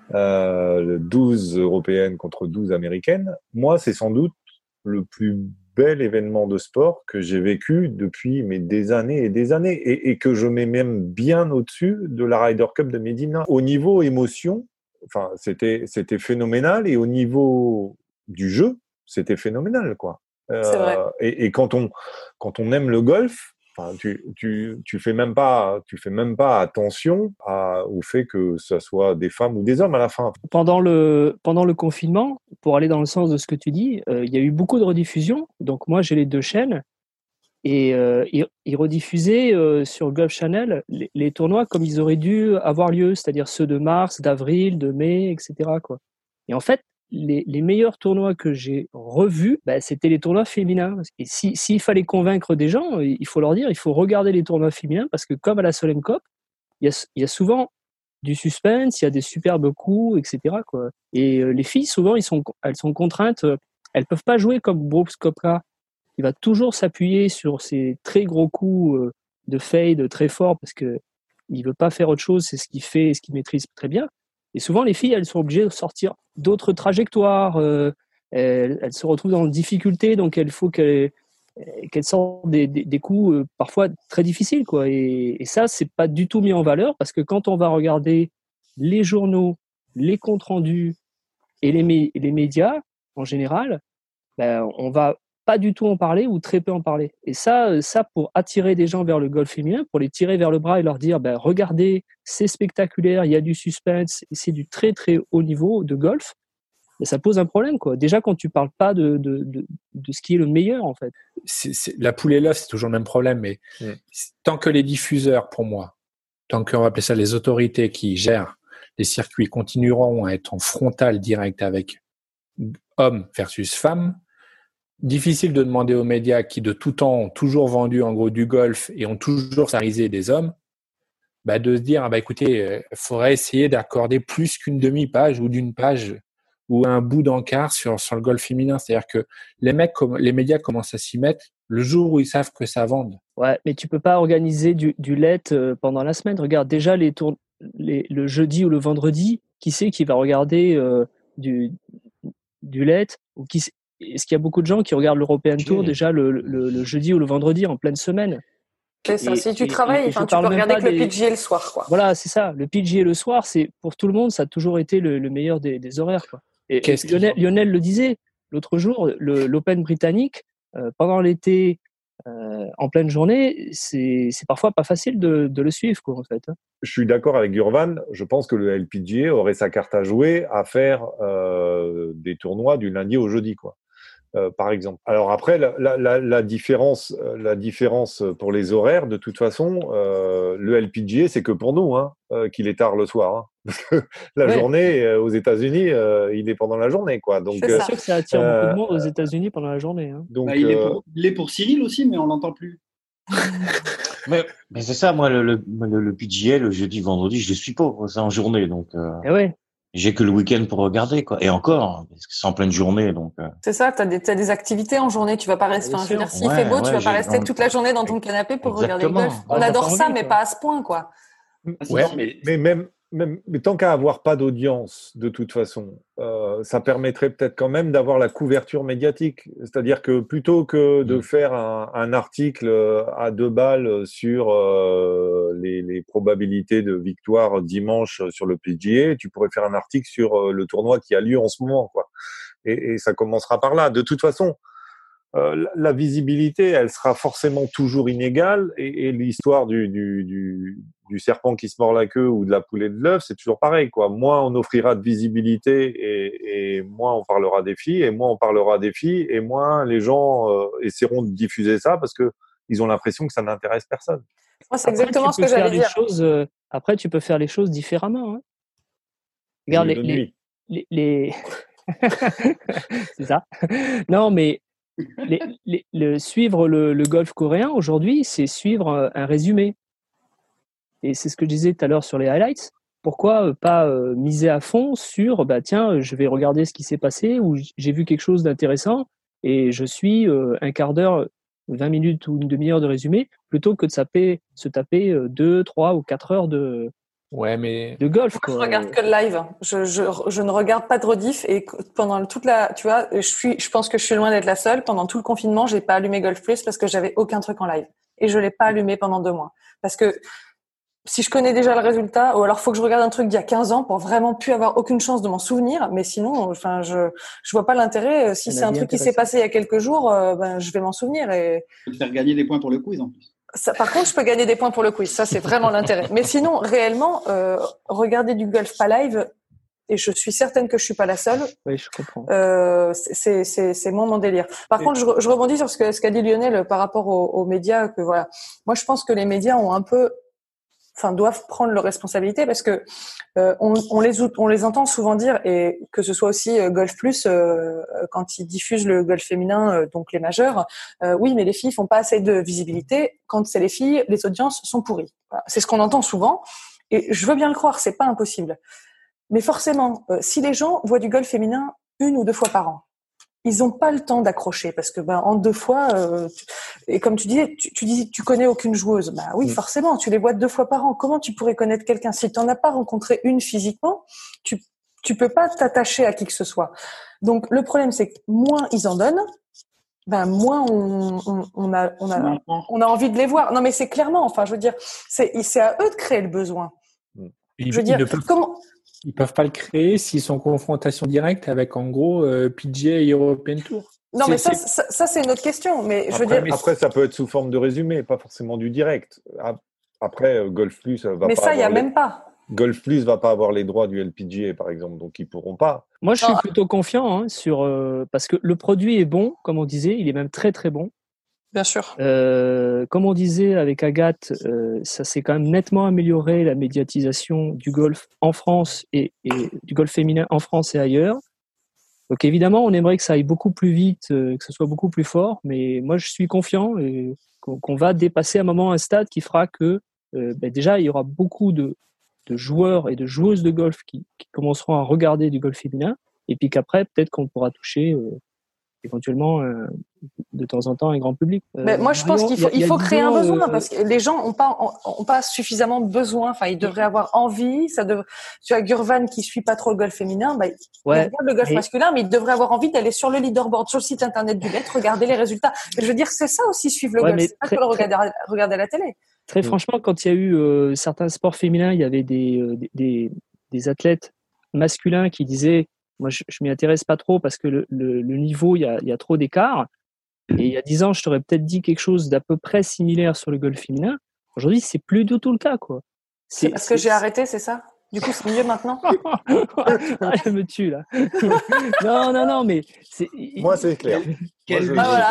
12 européennes contre 12 américaines. Moi, c'est sans doute le plus bel événement de sport que j'ai vécu depuis des années et des années, et que je mets même bien au-dessus de la Ryder Cup de Medina. Au niveau émotion, enfin, c'était phénoménal, et au niveau du jeu, c'était phénoménal, quoi. C'est vrai. Et quand on aime le golf, enfin, tu fais même pas attention au fait que ce soit des femmes ou des hommes à la fin. Pendant le confinement, pour aller dans le sens de ce que tu dis, il y a eu beaucoup de rediffusions. Donc moi, j'ai les 2 chaînes, et ils rediffusaient sur Golf Channel les tournois comme ils auraient dû avoir lieu, c'est-à-dire ceux de mars, d'avril, de mai, etc., quoi. Et en fait, les meilleurs tournois que j'ai revus, c'était les tournois féminins. Et s'il fallait convaincre des gens, il faut leur dire, il faut regarder les tournois féminins, parce que comme à la Solheim Cup, il y a souvent du suspense, il y a des superbes coups, etc., quoi. Et les filles, souvent, elles sont contraintes, elles peuvent pas jouer comme Brooks Koepka. Il va toujours s'appuyer sur ces très gros coups de fade très forts, parce que il veut pas faire autre chose, c'est ce qu'il fait et ce qu'il maîtrise très bien. Et souvent, les filles, elles sont obligées de sortir d'autres trajectoires. Elles se retrouvent dans une difficulté, donc il faut qu'elles sortent des coups parfois très difficiles, quoi. Et ça, c'est pas du tout mis en valeur, parce que quand on va regarder les journaux, les comptes rendus et les médias en général, on va pas du tout en parler, ou très peu en parler. Et ça, pour attirer des gens vers le golf féminin, pour les tirer vers le bras et leur dire, regardez, c'est spectaculaire, il y a du suspense, c'est du très très haut niveau de golf, ça pose un problème, quoi. Déjà, quand tu parles pas de ce qui est le meilleur, en fait. La poule et l'œuf, c'est toujours le même problème, mais tant que les diffuseurs, pour moi, tant qu'on va appeler ça les autorités qui gèrent les circuits, continueront à être en frontal direct avec hommes versus femmes, difficile de demander aux médias qui de tout temps ont toujours vendu en gros du golf et ont toujours salarisé des hommes, de se dire écoutez, faudrait essayer d'accorder plus qu'une demi-page ou d'une page ou un bout d'encart sur le golf féminin. C'est-à-dire que les médias commencent à s'y mettre le jour où ils savent que ça vende. Ouais, mais tu peux pas organiser du let pendant la semaine. Regarde, déjà le jeudi ou le vendredi, qui c'est qui va regarder du let, ou est-ce qu'il y a beaucoup de gens qui regardent l'European Tour déjà le jeudi ou le vendredi en pleine semaine? C'est ça. Si tu travailles, tu peux regarder que le PGA le soir, quoi. Voilà, c'est ça. Le PGA le soir, c'est pour tout le monde, ça a toujours été le meilleur des horaires, quoi. Et Lionel le disait l'autre jour, l'Open britannique, pendant l'été, en pleine journée, c'est parfois pas facile de le suivre, quoi, en fait. Je suis d'accord avec Gurvan. Je pense que le LPGA aurait sa carte à jouer à faire des tournois du lundi au jeudi, quoi. Par exemple. Alors après, la différence pour les horaires, de toute façon, le LPGA, c'est que pour nous, qu'il est tard le soir. Hein. Parce que la journée, aux États-Unis, il est pendant la journée, quoi. Donc, c'est sûr que ça attire beaucoup de monde aux États-Unis pendant la journée. Hein. Donc, il est pour Cyril aussi, mais on l'entend plus. mais c'est ça, moi, le PGA, le jeudi, vendredi, je le suis pas. C'est en journée, donc. Ouais. J'ai que le week-end pour regarder, quoi. Et encore, parce que c'est en pleine journée, donc. C'est ça, t'as des activités en journée. Tu vas pas rester. Enfin, je veux dire, s'il fait beau, tu vas pas rester toute la journée dans ton canapé pour regarder le golf. On adore ça, mais pas à ce point, quoi. Ouais, mais tant qu'à avoir pas d'audience, de toute façon, ça permettrait peut-être quand même d'avoir la couverture médiatique. C'est-à-dire que plutôt que de faire un article à 2 balles sur les probabilités de victoire dimanche sur le PGA, tu pourrais faire un article sur le tournoi qui a lieu en ce moment, quoi. Et ça commencera par là. De toute façon, la visibilité, elle sera forcément toujours inégale, et l'histoire du serpent qui se mord la queue ou de la poule et de l'œuf, c'est toujours pareil, quoi. Moins on offrira de visibilité, et moins on parlera des filles, et moins on parlera des filles, et moins les gens essaieront de diffuser ça, parce que ils ont l'impression que ça n'intéresse personne. Moi, c'est exactement ce que j'allais dire. Après, tu peux faire les choses différemment. Hein. Regarde les... c'est ça. Non, mais suivre le golf coréen aujourd'hui, c'est suivre un résumé. Et c'est ce que je disais tout à l'heure sur les highlights. Pourquoi pas miser à fond sur, tiens, je vais regarder ce qui s'est passé, ou j'ai vu quelque chose d'intéressant et je suis un quart d'heure 20 minutes ou une demi-heure de résumé, plutôt que de se taper 2, 3 ou 4 heures de golf. Moi, je regarde que le live. Je ne regarde pas de rediff et pendant toute tu vois, je pense que je suis loin d'être la seule. Pendant tout le confinement, j'ai pas allumé Golf Plus parce que j'avais aucun truc en live et je l'ai pas allumé pendant 2 mois parce que si je connais déjà le résultat, ou alors faut que je regarde un truc d'il y a 15 ans pour vraiment plus avoir aucune chance de m'en souvenir. Mais sinon, enfin, je vois pas l'intérêt. Si c'est un truc qui s'est passé il y a quelques jours, je vais m'en souvenir et. Je peux te faire gagner des points pour le quiz en plus. Ça, par contre, je peux gagner des points pour le quiz. Ça, c'est vraiment l'intérêt. Mais sinon, réellement, regarder du golf pas live, et je suis certaine que je suis pas la seule. Oui, je comprends. C'est moins mon délire. Par contre, je rebondis sur ce qu'a dit Lionel par rapport aux médias. Que voilà, moi, je pense que les médias ont un peu, doivent prendre leurs responsabilités parce que on les entend souvent dire, et que ce soit aussi Golf Plus quand ils diffusent le golf féminin, donc les majeurs, oui, mais les filles font pas assez de visibilité. Quand c'est les filles, les audiences sont pourries. Voilà. C'est ce qu'on entend souvent, et je veux bien le croire, c'est pas impossible. Mais forcément, si les gens voient du golf féminin 1 ou 2 fois par an, ils ont pas le temps d'accrocher parce que en 2 fois et comme tu disais, tu dis que tu connais aucune joueuse. Bah oui, forcément, tu les vois 2 fois par an. Comment tu pourrais connaître quelqu'un si tu n'en as pas rencontré une physiquement? Tu peux pas t'attacher à qui que ce soit. Donc le problème, c'est que moins ils en donnent, moins on a envie de les voir. Non mais c'est clairement, je veux dire, c'est à eux de créer le besoin. Ils peuvent pas le créer s'ils sont en confrontation directe avec, en gros, PGA et European Tour. Non, mais ça, c'est une autre question. Mais après, ça peut être sous forme de résumé, pas forcément du direct. Après, Golf Plus va mais pas. Ça, il y a même pas. Golf Plus va pas avoir les droits du LPGA, par exemple, donc ils pourront pas. Moi, je suis plutôt confiant parce que le produit est bon, comme on disait, il est même très très bon. Bien sûr. Comme on disait avec Agathe, ça s'est quand même nettement amélioré, la médiatisation du golf en France et du golf féminin en France et ailleurs. Donc évidemment, on aimerait que ça aille beaucoup plus vite, que ce soit beaucoup plus fort, mais moi je suis confiant et qu'on va dépasser à un moment un stade qui fera que déjà il y aura beaucoup de joueurs et de joueuses de golf qui commenceront à regarder du golf féminin, et puis qu'après peut-être qu'on pourra toucher éventuellement de temps en temps un grand public. Mais moi je pense qu'il faut créer un besoin parce que les gens ont pas suffisamment besoin. Ils devraient avoir envie. Tu as Gurvan qui suit pas trop le golf féminin, il regarde le golf masculin, mais il devrait avoir envie d'aller sur le leaderboard, sur le site internet du net, regarder les résultats. Je veux dire, c'est ça aussi, suivre le golf, c'est pas que le regarder à la télé. Très franchement, quand il y a eu certains sports féminins, il y avait des athlètes masculins qui disaient: moi, je m'y intéresse pas trop parce que le niveau, il y a trop d'écart. Et il y a 10 ans, je t'aurais peut-être dit quelque chose d'à peu près similaire sur le golf féminin. Aujourd'hui, c'est plus du tout le cas, quoi. C'est parce que j'ai arrêté, c'est ça? Du coup, c'est mieux maintenant? Elle me tue, là. Non, mais moi, c'est clair. Il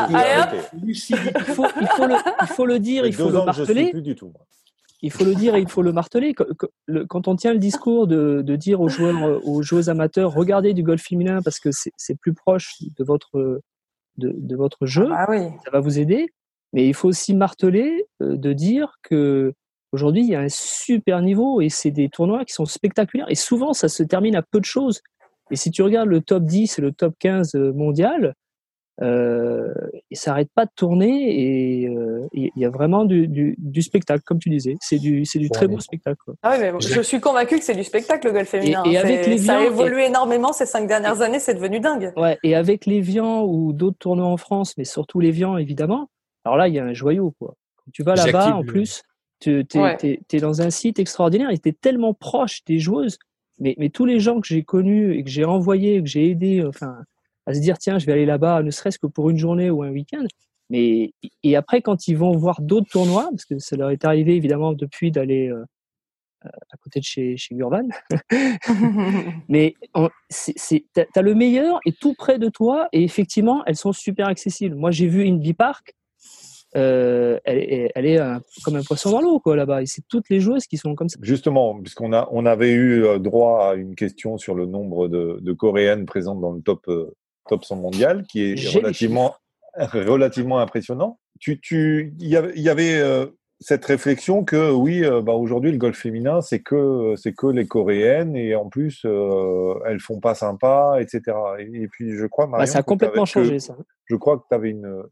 faut le dire, il faut le marteler. Plus du tout, moi. Il faut le dire et il faut le marteler. Quand on tient le discours de dire aux joueurs amateurs, regardez du golf féminin parce que c'est plus proche de votre jeu, ça va vous aider. Mais il faut aussi marteler de dire que aujourd'hui il y a un super niveau et c'est des tournois qui sont spectaculaires. Et souvent, ça se termine à peu de choses. Et si tu regardes le top 10 et le top 15 mondial, et ça n'arrête pas de tourner et il y a vraiment du spectacle, comme tu disais. C'est du très beau spectacle, quoi. Ah oui, mais je suis convaincue que c'est du spectacle, le golf féminin. Et avec ça a évolué énormément ces 5 dernières années, c'est devenu dingue. Ouais, et avec l'Evian ou d'autres tournois en France, mais surtout l'Evian, évidemment. Alors là, il y a un joyau, quoi. Quand tu vas là-bas, en plus, t'es dans un site extraordinaire et t'es tellement proche des joueuses. Mais tous les gens que j'ai connus et que j'ai envoyés, que j'ai aidés, à se dire tiens, je vais aller là-bas, ne serait-ce que pour une journée ou un week-end. Et après, quand ils vont voir d'autres tournois, parce que ça leur est arrivé évidemment depuis d'aller à côté de chez Gurvan, mais t'as le meilleur et tout près de toi, et effectivement, elles sont super accessibles. Moi, j'ai vu Indy Park, elle est comme un poisson dans l'eau, quoi, là-bas, et c'est toutes les joueuses qui sont comme ça. Justement, puisqu'on avait eu droit à une question sur le nombre de Coréennes présentes dans le top 100 mondial, qui est relativement impressionnant. Il y avait cette réflexion que oui, aujourd'hui le golf féminin c'est que les Coréennes, et en plus elles font pas sympa, etc. Et puis je crois, Marion, ça a complètement changé, ça. Je crois que tu avais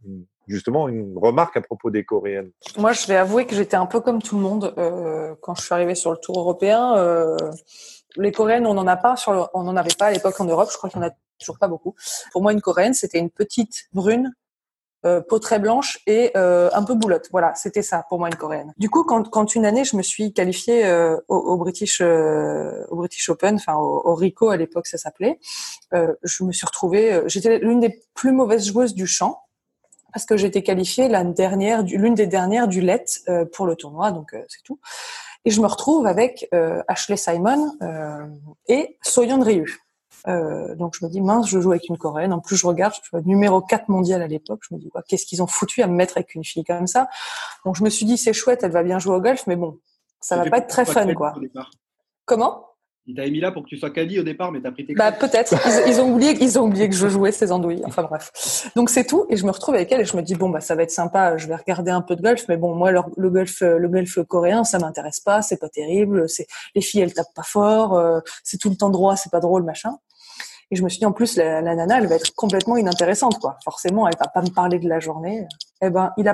justement une remarque à propos des Coréennes. Moi, je vais avouer que j'étais un peu comme tout le monde quand je suis arrivée sur le tour européen. Les Coréennes, on n'en avait pas à l'époque en Europe. Je crois qu'il n'y en a toujours pas beaucoup. Pour moi, une Coréenne, c'était une petite brune, peau très blanche et un peu boulotte. Voilà, c'était ça pour moi une Coréenne. Du coup, quand une année, je me suis qualifiée au British Open, enfin au RICO à l'époque ça s'appelait, je me suis retrouvée, j'étais l'une des plus mauvaises joueuses du champ parce que j'étais qualifiée l'une des dernières du LET pour le tournoi, donc c'est tout. Et je me retrouve avec Ashley Simon et Soyeon Ryu. Donc je me dis mince, je joue avec une Coréenne. En plus je regarde, je suis numéro 4 mondial à l'époque. Je me dis qu'est-ce qu'ils ont foutu à me mettre avec une fille comme ça. Donc je me suis dit c'est chouette, elle va bien jouer au golf, mais bon, ça va pas être très fun quoi. Comment ? Il t'avait mis là pour que tu sois caddie au départ, mais t'as pris tes peut-être. Ils ont oublié que je jouais ces andouilles. Enfin bref. Donc c'est tout. Et je me retrouve avec elle et je me dis bon ça va être sympa. Je vais regarder un peu de golf, mais bon moi le golf coréen ça m'intéresse pas. C'est pas terrible. Les filles elles tapent pas fort. C'est tout le temps droit. C'est pas drôle machin. Et je me suis dit, en plus, la nana, elle va être complètement inintéressante, quoi. Forcément, elle va pas me parler de la journée. Eh ben, il a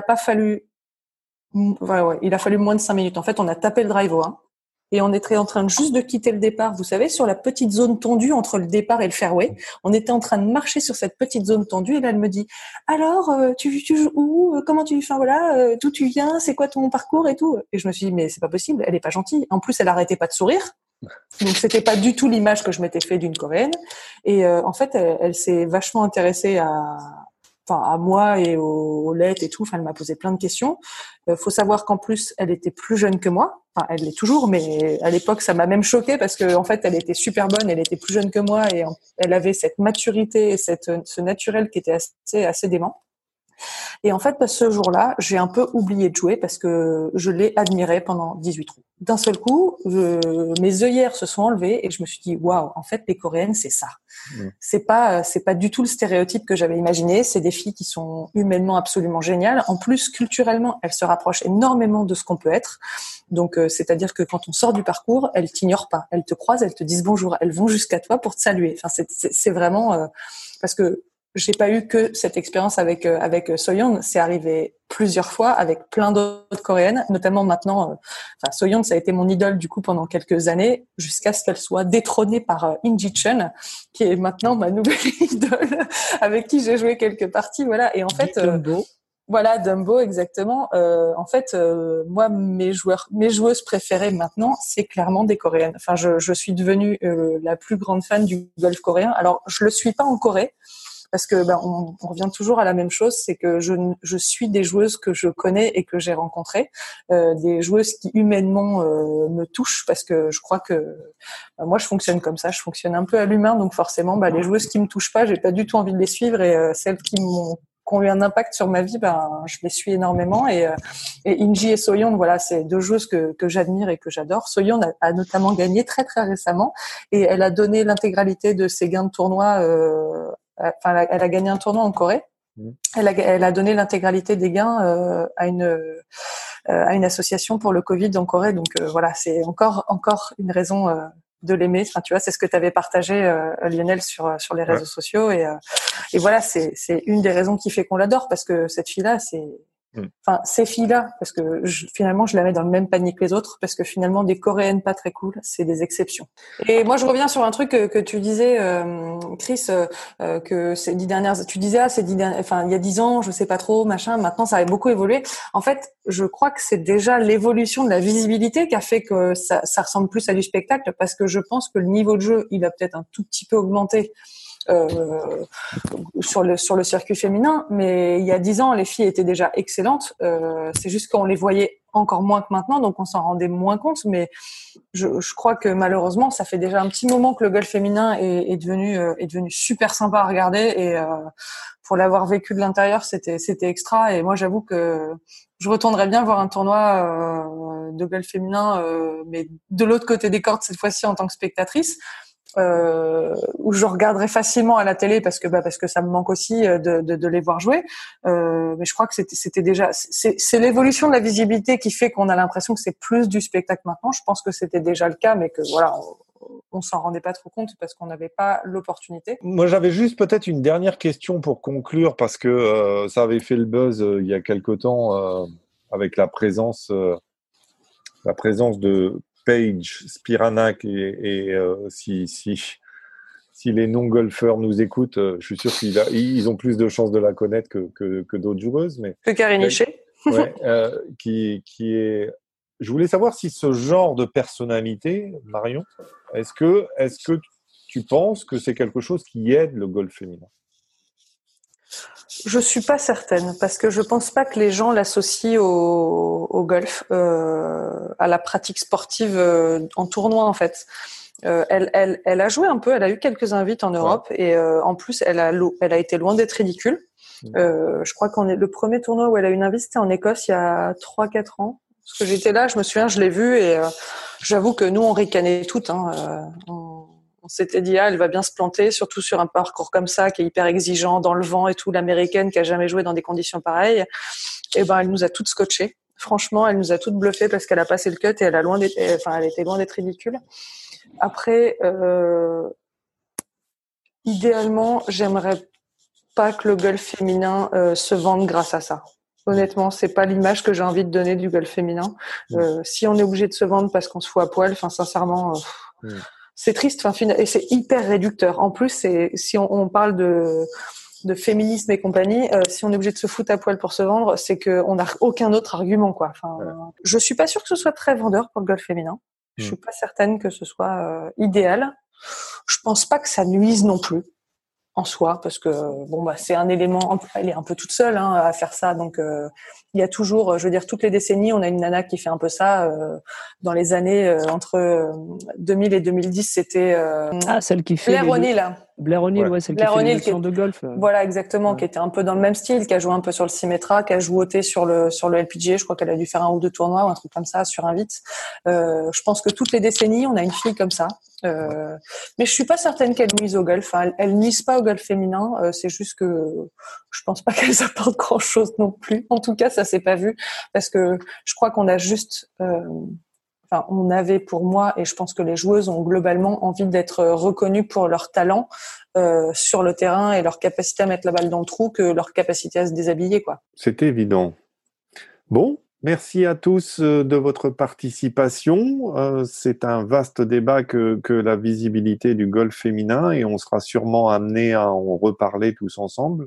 fallu moins de 5 minutes. En fait, on a tapé le drive au 1 et on était en train juste de quitter le départ. Vous savez, sur la petite zone tendue entre le départ et le fairway, on était en train de marcher sur cette petite zone tendue et là, elle me dit, alors, tu joues où? Comment d'où tu viens? C'est quoi ton parcours et tout? Et je me suis dit, mais c'est pas possible. Elle est pas gentille. En plus, elle arrêtait pas de sourire. Donc c'était pas du tout l'image que je m'étais fait d'une Coréenne et en fait elle s'est vachement intéressée à moi et au LET et tout. Enfin elle m'a posé plein de questions. Faut savoir qu'en plus elle était plus jeune que moi. Enfin elle l'est toujours, mais à l'époque ça m'a même choquée parce que en fait elle était super bonne. Elle était plus jeune que moi et elle avait cette maturité et ce naturel qui était assez dément. Et en fait, ce jour-là, j'ai un peu oublié de jouer parce que je l'ai admiré pendant 18 trous. D'un seul coup, mes œillères se sont enlevées et je me suis dit, waouh, en fait, les Coréennes, c'est ça. C'est pas du tout le stéréotype que j'avais imaginé. C'est des filles qui sont humainement absolument géniales. En plus, culturellement, elles se rapprochent énormément de ce qu'on peut être. Donc, c'est-à-dire que quand on sort du parcours, elles t'ignorent pas. Elles te croisent, elles te disent bonjour. Elles vont jusqu'à toi pour te saluer. Enfin, c'est vraiment parce que j'ai pas eu que cette expérience avec Soyeon, c'est arrivé plusieurs fois avec plein d'autres Coréennes, notamment maintenant. Soyeon, ça a été mon idole du coup pendant quelques années, jusqu'à ce qu'elle soit détrônée par In-ji Chun, qui est maintenant ma nouvelle idole, avec qui j'ai joué quelques parties. Voilà. Et en fait, voilà, Dumbo, exactement. En fait, moi, mes joueuses préférées maintenant, c'est clairement des Coréennes. Enfin, je suis devenue la plus grande fan du golf coréen. Alors, je le suis pas en Corée. Parce que on revient toujours à la même chose, c'est que je suis des joueuses que je connais et que j'ai rencontrées, des joueuses qui humainement me touchent parce que je crois que moi je fonctionne comme ça, je fonctionne un peu à l'humain, donc forcément les joueuses qui me touchent pas, j'ai pas du tout envie de les suivre et celles qui ont eu un impact sur ma vie, je les suis énormément et Inji et Soyeon, voilà, c'est deux joueuses que j'admire et que j'adore. Soyeon a notamment gagné très très récemment et elle a donné l'intégralité de ses gains de tournoi. Elle a gagné un tournoi en Corée. Elle a donné l'intégralité des gains à une association pour le Covid en Corée. Donc voilà, c'est encore une raison de l'aimer. Enfin, tu vois, c'est ce que tu avais partagé, Lionel, sur les réseaux sociaux. Et voilà, c'est une des raisons qui fait qu'on l'adore parce que cette fille-là, ces filles-là, parce que finalement, je la mets dans le même panier que les autres, parce que finalement, des Coréennes pas très cool, c'est des exceptions. Et moi, je reviens sur un truc que tu disais, Chris, que ces 10 dernières, tu disais, il y a 10 ans, je sais pas trop, machin, maintenant, ça avait beaucoup évolué. En fait, je crois que c'est déjà l'évolution de la visibilité qui a fait que ça ressemble plus à du spectacle, parce que je pense que le niveau de jeu, il a peut-être un tout petit peu augmenté. Sur le circuit féminin, mais il y a 10 ans, les filles étaient déjà excellentes. C'est juste qu'on les voyait encore moins que maintenant, donc on s'en rendait moins compte. Mais je crois que malheureusement, ça fait déjà un petit moment que le golf féminin est devenu super sympa à regarder. Et pour l'avoir vécu de l'intérieur, c'était extra. Et moi, j'avoue que je retournerais bien voir un tournoi de golf féminin, mais de l'autre côté des cordes cette fois-ci en tant que spectatrice. Où je regarderai facilement à la télé parce que ça me manque aussi de les voir jouer, mais je crois que c'était déjà c'est l'évolution de la visibilité qui fait qu'on a l'impression que c'est plus du spectacle maintenant. Je pense que c'était déjà le cas, mais que voilà, on s'en rendait pas trop compte parce qu'on n'avait pas l'opportunité. Moi, j'avais juste peut-être une dernière question pour conclure parce que ça avait fait le buzz il y a quelque temps avec la présence de Paige Spiranak et si les non-golfeurs nous écoutent, je suis sûr qu'ils ont plus de chances de la connaître que d'autres joueuses. Mais que Karine Hichet. Ouais, qui est. Je voulais savoir si ce genre de personnalité, Marion, est-ce que tu penses que c'est quelque chose qui aide le golf féminin? Je suis pas certaine parce que je pense pas que les gens l'associent au golf, à la pratique sportive en tournoi en fait. Elle a joué un peu, elle a eu quelques invites en Europe et en plus elle a été loin d'être ridicule. Je crois le premier tournoi où elle a eu une invite, c'était en Écosse il y a 3-4 ans. Parce que j'étais là, je me souviens, je l'ai vue et j'avoue que nous on ricanait toutes. On s'était dit elle va bien se planter, surtout sur un parcours comme ça qui est hyper exigeant dans le vent et tout. L'américaine qui a jamais joué dans des conditions pareilles, et elle nous a toutes scotchées. Franchement, elle nous a toutes bluffées parce qu'elle a passé le cut et elle était loin d'être ridicule. Après, idéalement, j'aimerais pas que le golf féminin se vende grâce à ça. Honnêtement, c'est pas l'image que j'ai envie de donner du golf féminin. Si on est obligé de se vendre parce qu'on se fout à poil, sincèrement, c'est triste. Et c'est hyper réducteur. En plus, si on parle de féminisme et compagnie, si on est obligé de se foutre à poil pour se vendre, c'est qu'on n'a aucun autre argument, quoi. Je suis pas sûre que ce soit très vendeur pour le golf féminin. Je suis pas certaine que ce soit idéal. Je pense pas que ça nuise non plus en soi, parce que c'est un élément. Elle est un peu toute seule à faire ça, donc il y a toujours, je veux dire, toutes les décennies, on a une nana qui fait un peu ça. Dans les années entre 2000 et 2010, c'était celle qui fait Blair O'Neill. Blair O'Neill, celle qui fait les leçons de golf. Voilà, exactement, qui était un peu dans le même style, qui a joué un peu sur le Symetra, qui a joué sur le LPGA. Je crois qu'elle a dû faire 1 ou 2 tournois ou un truc comme ça sur invite. Je pense que toutes les décennies, on a une fille comme ça. Mais je suis pas certaine qu'elle nuise au golf. Elle nuise pas au golf féminin. C'est juste que je pense pas qu'elles apportent grand chose non plus. En tout cas, ça s'est pas vu parce que je crois qu'on a juste. On avait pour moi, et je pense que les joueuses ont globalement envie d'être reconnues pour leur talent sur le terrain et leur capacité à mettre la balle dans le trou que leur capacité à se déshabiller, quoi. C'est évident. Bon, merci à tous de votre participation. C'est un vaste débat que la visibilité du golf féminin et on sera sûrement amenés à en reparler tous ensemble.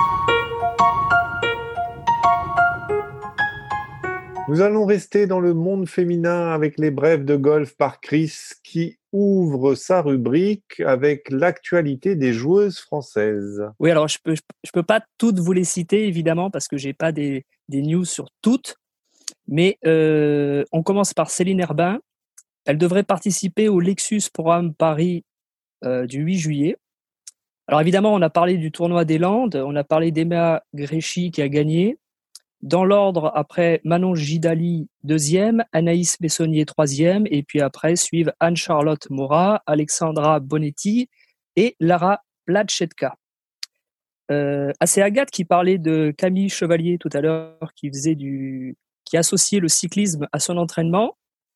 Nous allons rester dans le monde féminin avec les brèves de golf par Chris qui ouvre sa rubrique avec l'actualité des joueuses françaises. Oui, alors je peux pas toutes vous les citer évidemment parce que j'ai pas des news sur toutes, mais on commence par Céline Herbin. Elle devrait participer au Lexus Programme Paris du 8 juillet. Alors évidemment, on a parlé du tournoi des Landes, on a parlé d'Emma Gréchy qui a gagné. Dans l'ordre, après Manon Gidali, 2e, Anaïs Bessonnier, 3e, et puis après suivent Anne-Charlotte Mora, Alexandra Bonetti et Lara Plachetka. C'est Agathe qui parlait de Camille Chevalier tout à l'heure, qui associait le cyclisme à son entraînement.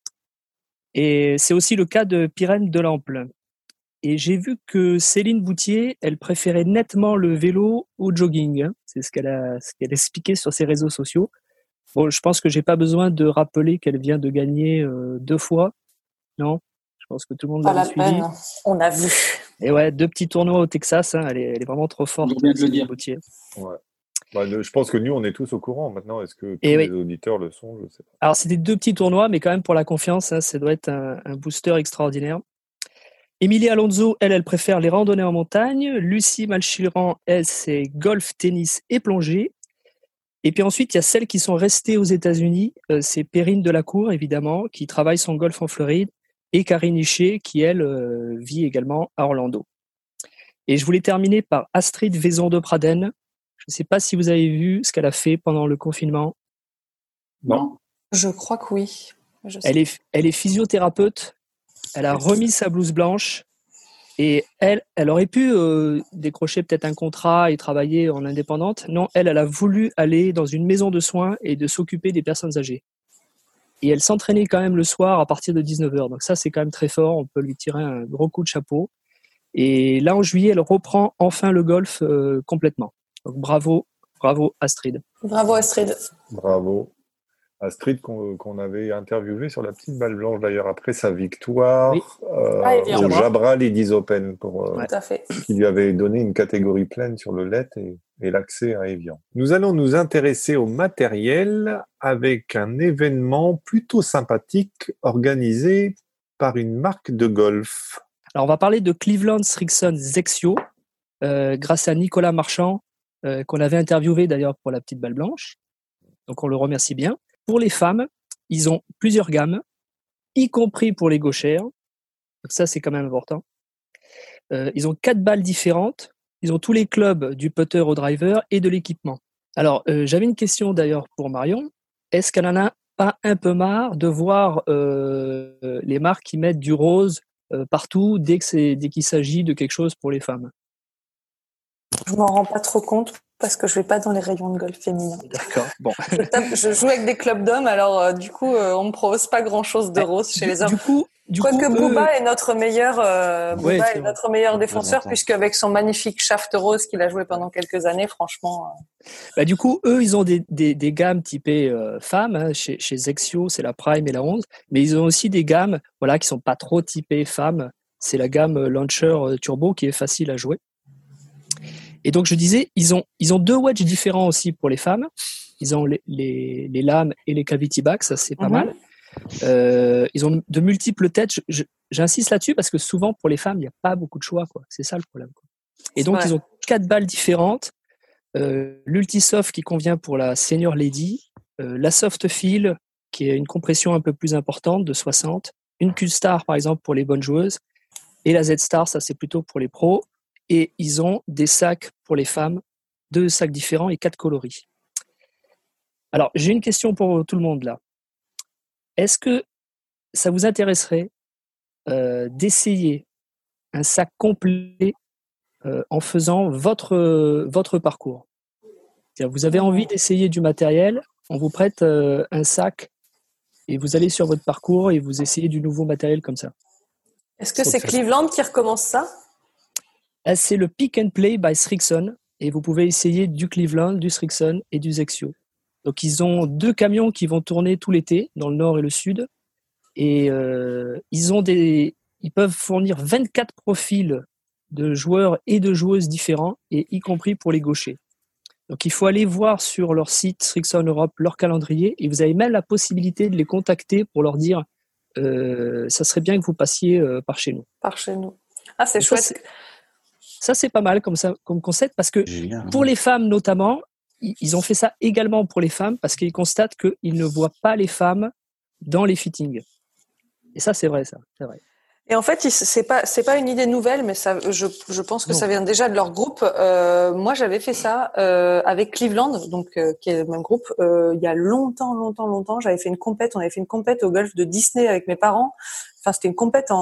Et c'est aussi le cas de Pyrène Delample. Et j'ai vu que Céline Boutier, elle préférait nettement le vélo au jogging. C'est ce qu'elle a expliqué sur ses réseaux sociaux. Bon, je pense que j'ai pas besoin de rappeler qu'elle vient de gagner 2 fois. Non, je pense que tout le monde l'a suivi. Peine. On a vu. Et ouais, 2 petits tournois au Texas. Elle est vraiment trop forte, Céline Boutier. Ouais. Je pense que nous, on est tous au courant maintenant. Est-ce que tous les auditeurs le sont? Je sais pas. Alors, c'était 2 petits tournois, mais quand même pour la confiance, ça doit être un booster extraordinaire. Émilie Alonso, elle préfère les randonnées en montagne. Lucie Malchiran, elle, c'est golf, tennis et plongée. Et puis ensuite, il y a celles qui sont restées aux États-Unis. C'est Perrine Delacour, évidemment, qui travaille son golf en Floride. Et Karine Hichet, qui, elle, vit également à Orlando. Et je voulais terminer par Astrid Vaison de Praden. Je ne sais pas si vous avez vu ce qu'elle a fait pendant le confinement. Non. Je crois que oui. Elle est physiothérapeute. Elle a remis sa blouse blanche et elle aurait pu décrocher peut-être un contrat et travailler en indépendante. Non, elle a voulu aller dans une maison de soins et de s'occuper des personnes âgées. Et elle s'entraînait quand même le soir à partir de 19h. Donc ça, c'est quand même très fort. On peut lui tirer un gros coup de chapeau. Et là, en juillet, elle reprend enfin le golf complètement. Donc bravo Astrid. Bravo Astrid. Bravo. Astrid qu'on avait interviewé sur la petite balle blanche d'ailleurs après sa victoire au Jabra Ladies Open Tout à fait. qui lui avait donné une catégorie pleine sur le LED et l'accès à Evian. Nous allons nous intéresser au matériel avec un événement plutôt sympathique organisé par une marque de golf. Alors on va parler de Cleveland Srixon Zexio grâce à Nicolas Marchand qu'on avait interviewé d'ailleurs pour la petite balle blanche. Donc on le remercie bien. Pour les femmes, ils ont plusieurs gammes, y compris pour les gauchères. Donc ça, c'est quand même important. Ils ont 4 balles différentes. Ils ont tous les clubs du putter au driver et de l'équipement. Alors, j'avais une question d'ailleurs pour Marion. Est-ce qu'elle en a pas un peu marre de voir les marques qui mettent du rose partout dès qu'il s'agit de quelque chose pour les femmes? Je m'en rends pas trop compte parce que je vais pas dans les rayons de golf féminin. D'accord. Bon. Je joue avec des clubs d'hommes, alors du coup, on me propose pas grand-chose de rose chez les hommes. Quoique Bouba est notre meilleur défenseur, puisque avec son magnifique shaft rose qu'il a joué pendant quelques années, franchement. Du coup, eux, ils ont des gammes typées femmes. Hein, chez Zexio, c'est la Prime et la 11, mais ils ont aussi des gammes, qui sont pas trop typées femmes. C'est la gamme Launcher Turbo qui est facile à jouer. Et donc, je disais, ils ont 2 wedges différents aussi pour les femmes. Ils ont les lames et les cavity backs, ça c'est pas mal. Ils ont de multiples têtes. J'insiste là-dessus parce que souvent, pour les femmes, il n'y a pas beaucoup de choix, quoi. C'est ça le problème, quoi. Et donc, ils ont 4 balles différentes. L'Ultisoft qui convient pour la Senior Lady, la Soft Feel qui est une compression un peu plus importante de 60, une Q-Star par exemple pour les bonnes joueuses, et la Z-Star, ça c'est plutôt pour les pros. Et ils ont des sacs pour les femmes, 2 sacs différents et 4 coloris. Alors, j'ai une question pour tout le monde là. Est-ce que ça vous intéresserait d'essayer un sac complet en faisant votre parcours? C'est-à-dire, vous avez envie d'essayer du matériel, on vous prête un sac et vous allez sur votre parcours et vous essayez du nouveau matériel comme ça. Est-ce que c'est Cleveland qui recommence ça? C'est le Pick and Play by Srixon et vous pouvez essayer du Cleveland, du Srixon et du Zexio. Donc ils ont 2 camions qui vont tourner tout l'été dans le nord et le sud et ils peuvent fournir 24 profils de joueurs et de joueuses différents et y compris pour les gauchers. Donc il faut aller voir sur leur site Srixon Europe leur calendrier et vous avez même la possibilité de les contacter pour leur dire ça serait bien que vous passiez par chez nous. Par chez nous. Ah, c'est chouette. Ça, c'est pas mal comme concept parce que pour les femmes notamment, ils ont fait ça également pour les femmes parce qu'ils constatent qu'ils ne voient pas les femmes dans les fittings. Et ça, c'est vrai, c'est vrai. Et en fait, c'est pas une idée nouvelle, mais ça, je pense que ça vient déjà de leur groupe. Moi, j'avais fait ça avec Cleveland, donc qui est le même groupe. Il y a longtemps. J'avais fait une compète. On avait fait une compète au golf de Disney avec mes parents. Enfin, c'était une compète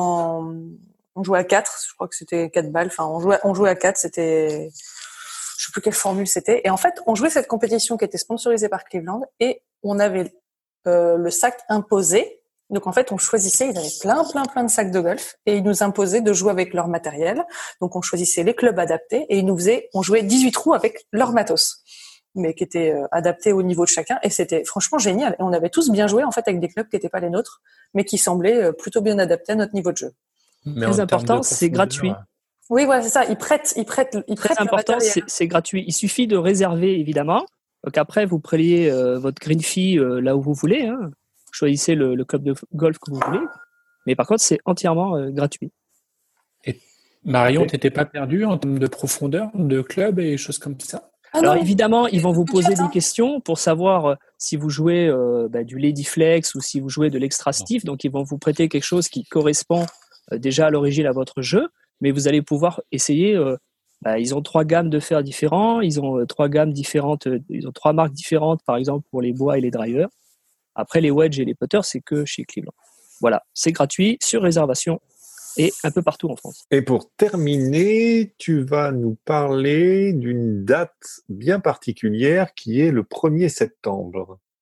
on jouait à 4, je crois que c'était 4 balles. Enfin, on jouait à 4, c'était, je sais plus quelle formule c'était. Et en fait, on jouait cette compétition qui était sponsorisée par Cleveland et on avait le sac imposé. Donc en fait, on choisissait, ils avaient plein de sacs de golf et ils nous imposaient de jouer avec leur matériel. Donc on choisissait les clubs adaptés et on jouait 18 trous avec leur matos, mais qui était adapté au niveau de chacun et c'était franchement génial. Et on avait tous bien joué en fait avec des clubs qui n'étaient pas les nôtres, mais qui semblaient plutôt bien adaptés à notre niveau de jeu. Mais très important, c'est gratuit. Oui, voilà, c'est ça. Ils prêtent. Très important, c'est gratuit. Il suffit de réserver, évidemment. Donc après, vous preniez votre green fee là où vous voulez. Hein. Choisissez le club de golf que vous voulez. Mais par contre, c'est entièrement gratuit. Et Marion, t'étais pas perdu en termes de profondeur de club et choses comme ça? Alors évidemment, ils vont vous poser des questions pour savoir si vous jouez du Lady Flex ou si vous jouez de l'extra stiff. Donc ils vont vous prêter quelque chose qui correspond déjà à l'origine à votre jeu, mais vous allez pouvoir essayer. Ils ont 3 gammes de fer différents, ils ont 3 gammes différentes, ils ont 3 marques différentes, par exemple pour les bois et les drivers. Après les wedges et les putters, c'est que chez Cleveland. Voilà, c'est gratuit sur réservation et un peu partout en France. Et pour terminer, tu vas nous parler d'une date bien particulière qui est le 1er septembre.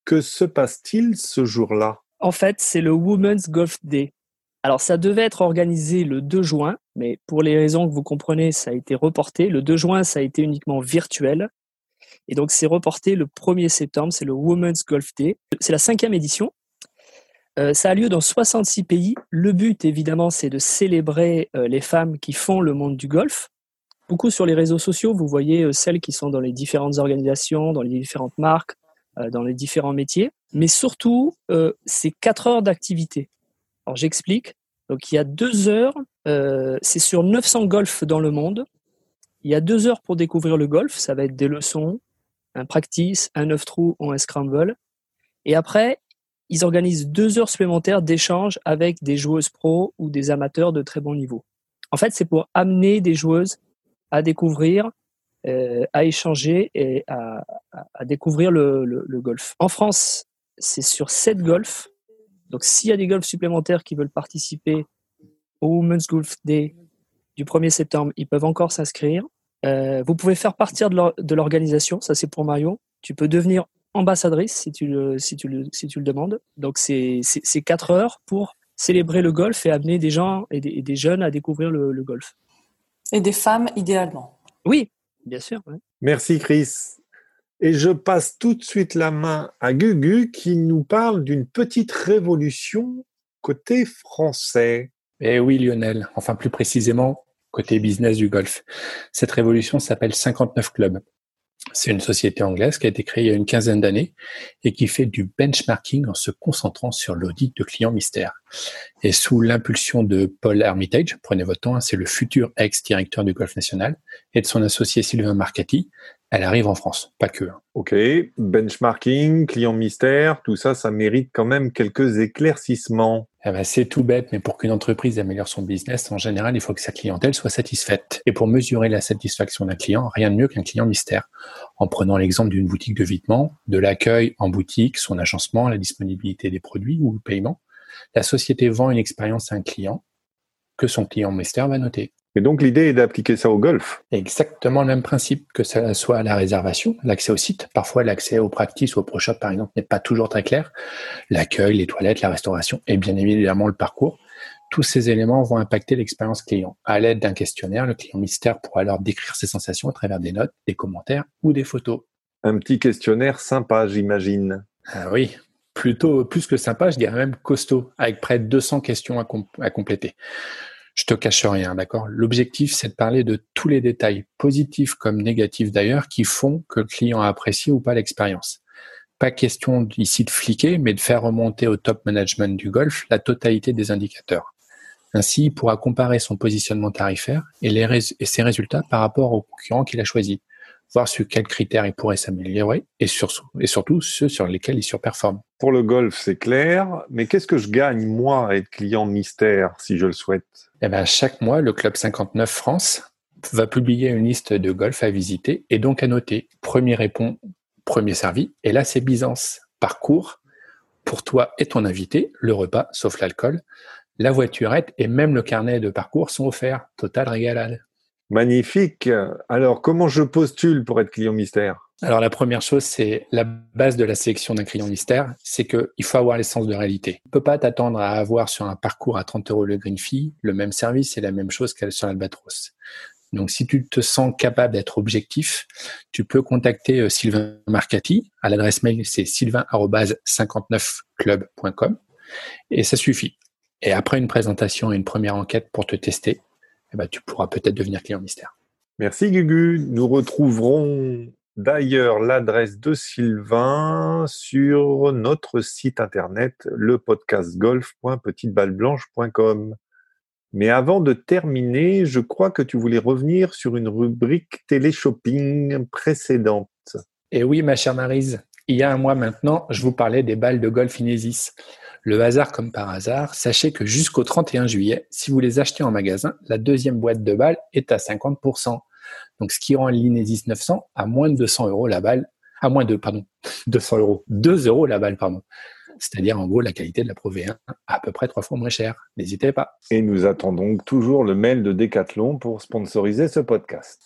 que se passe-t-il ce jour-là? En fait, c'est le Women's Golf Day. Alors, ça devait être organisé le 2 juin, mais pour les raisons que vous comprenez, ça a été reporté. Le 2 juin, ça a été uniquement virtuel. Et donc, c'est reporté le 1er septembre, c'est le Women's Golf Day. C'est la 5e édition. Ça a lieu dans 66 pays. Le but, évidemment, c'est de célébrer les femmes qui font le monde du golf. Beaucoup sur les réseaux sociaux, vous voyez celles qui sont dans les différentes organisations, dans les différentes marques, dans les différents métiers. Mais surtout, c'est 4 heures d'activité. Alors, j'explique. Donc, il y a 2 heures, c'est sur 900 golfs dans le monde. Il y a 2 heures pour découvrir le golf. Ça va être des leçons, un practice, un 9 trous ou un scramble. Et après, ils organisent 2 heures supplémentaires d'échange avec des joueuses pros ou des amateurs de très bon niveau. En fait, c'est pour amener des joueuses à découvrir, à échanger et à découvrir le golf. En France, c'est sur 7 golfs. Donc, s'il y a des golfs supplémentaires qui veulent participer au Women's Golf Day du 1er septembre, ils peuvent encore s'inscrire. Vous pouvez faire partie de l'organisation. Ça, c'est pour Mario. Tu peux devenir ambassadrice si tu le demandes. Donc, c'est 4 heures pour célébrer le golf et amener des gens et des jeunes à découvrir le golf. Et des femmes, idéalement. Oui, bien sûr. Ouais. Merci, Chris. Et je passe tout de suite la main à Gugu qui nous parle d'une petite révolution côté français. Eh oui, Lionel. Enfin, plus précisément, côté business du golf. Cette révolution s'appelle 59 Club. C'est une société anglaise qui a été créée il y a une quinzaine d'années et qui fait du benchmarking en se concentrant sur l'audit de clients mystères. Et sous l'impulsion de Paul Armitage, prenez votre temps, c'est le futur ex-directeur du Golf National, et de son associé Sylvain Marcati, elle arrive en France, pas que. Ok, benchmarking, client mystère, tout ça, ça mérite quand même quelques éclaircissements. Eh ben, c'est tout bête, mais pour qu'une entreprise améliore son business, en général, il faut que sa clientèle soit satisfaite. Et pour mesurer la satisfaction d'un client, rien de mieux qu'un client mystère. En prenant l'exemple d'une boutique de vêtements, de l'accueil en boutique, son agencement, la disponibilité des produits ou le paiement, la société vend une expérience à un client que son client mystère va noter. Et donc, l'idée est d'appliquer ça au golf. Exactement le même principe, que ça soit la réservation, l'accès au site. Parfois, l'accès au practice ou au pro shop, par exemple, n'est pas toujours très clair. L'accueil, les toilettes, la restauration et bien évidemment le parcours. Tous ces éléments vont impacter l'expérience client. À l'aide d'un questionnaire, le client mystère pourra alors décrire ses sensations à travers des notes, des commentaires ou des photos. Un petit questionnaire sympa, j'imagine. Ah oui, plutôt plus que sympa, je dirais même costaud, avec près de 200 questions à compléter. Je te cache rien, d'accord? L'objectif, c'est de parler de tous les détails, positifs comme négatifs d'ailleurs, qui font que le client apprécie ou pas l'expérience. Pas question ici de fliquer, mais de faire remonter au top management du golf la totalité des indicateurs. Ainsi, il pourra comparer son positionnement tarifaire et ses résultats par rapport aux concurrents qu'il a choisis, voir sur quels critères il pourrait s'améliorer et surtout ceux sur lesquels il surperforme. Pour le golf, c'est clair, mais qu'est-ce que je gagne, moi, à être client mystère, si je le souhaite? Eh ben, chaque mois, le Club 59 France va publier une liste de golf à visiter et donc à noter. Premier répond, premier servi. Et là, c'est Byzance. Parcours, pour toi et ton invité, le repas, sauf l'alcool, la voiturette et même le carnet de parcours sont offerts. Total régalade. Magnifique. Alors, comment je postule pour être client mystère? Alors, la première chose, c'est la base de la sélection d'un client mystère, c'est qu'il faut avoir l'essence de réalité. Tu ne peux pas t'attendre à avoir sur un parcours à 30 € le green fee le même service et la même chose qu'elle sur l'Albatros. Donc, si tu te sens capable d'être objectif, tu peux contacter Sylvain Marcati. À l'adresse mail, c'est sylvain@59club.com et ça suffit. Et après une présentation et une première enquête pour te tester, eh ben, tu pourras peut-être devenir client mystère. Merci Gugu. Nous retrouverons d'ailleurs l'adresse de Sylvain sur notre site internet, lepodcastgolf.petiteballeblanche.com. Mais avant de terminer, je crois que tu voulais revenir sur une rubrique télé-shopping précédente. Et oui, ma chère Maryse, il y a un mois maintenant, je vous parlais des balles de golf Inesis. Le hasard comme par hasard, sachez que jusqu'au 31 juillet, si vous les achetez en magasin, la deuxième boîte de balles est à 50%. Donc, ce qui rend l'Inesis 900 à moins de 200 € la balle, 200 €, 2 € la balle, pardon. C'est-à-dire, en gros, la qualité de la Pro V1 à peu près 3 fois moins chère. N'hésitez pas. Et nous attendons toujours le mail de Decathlon pour sponsoriser ce podcast.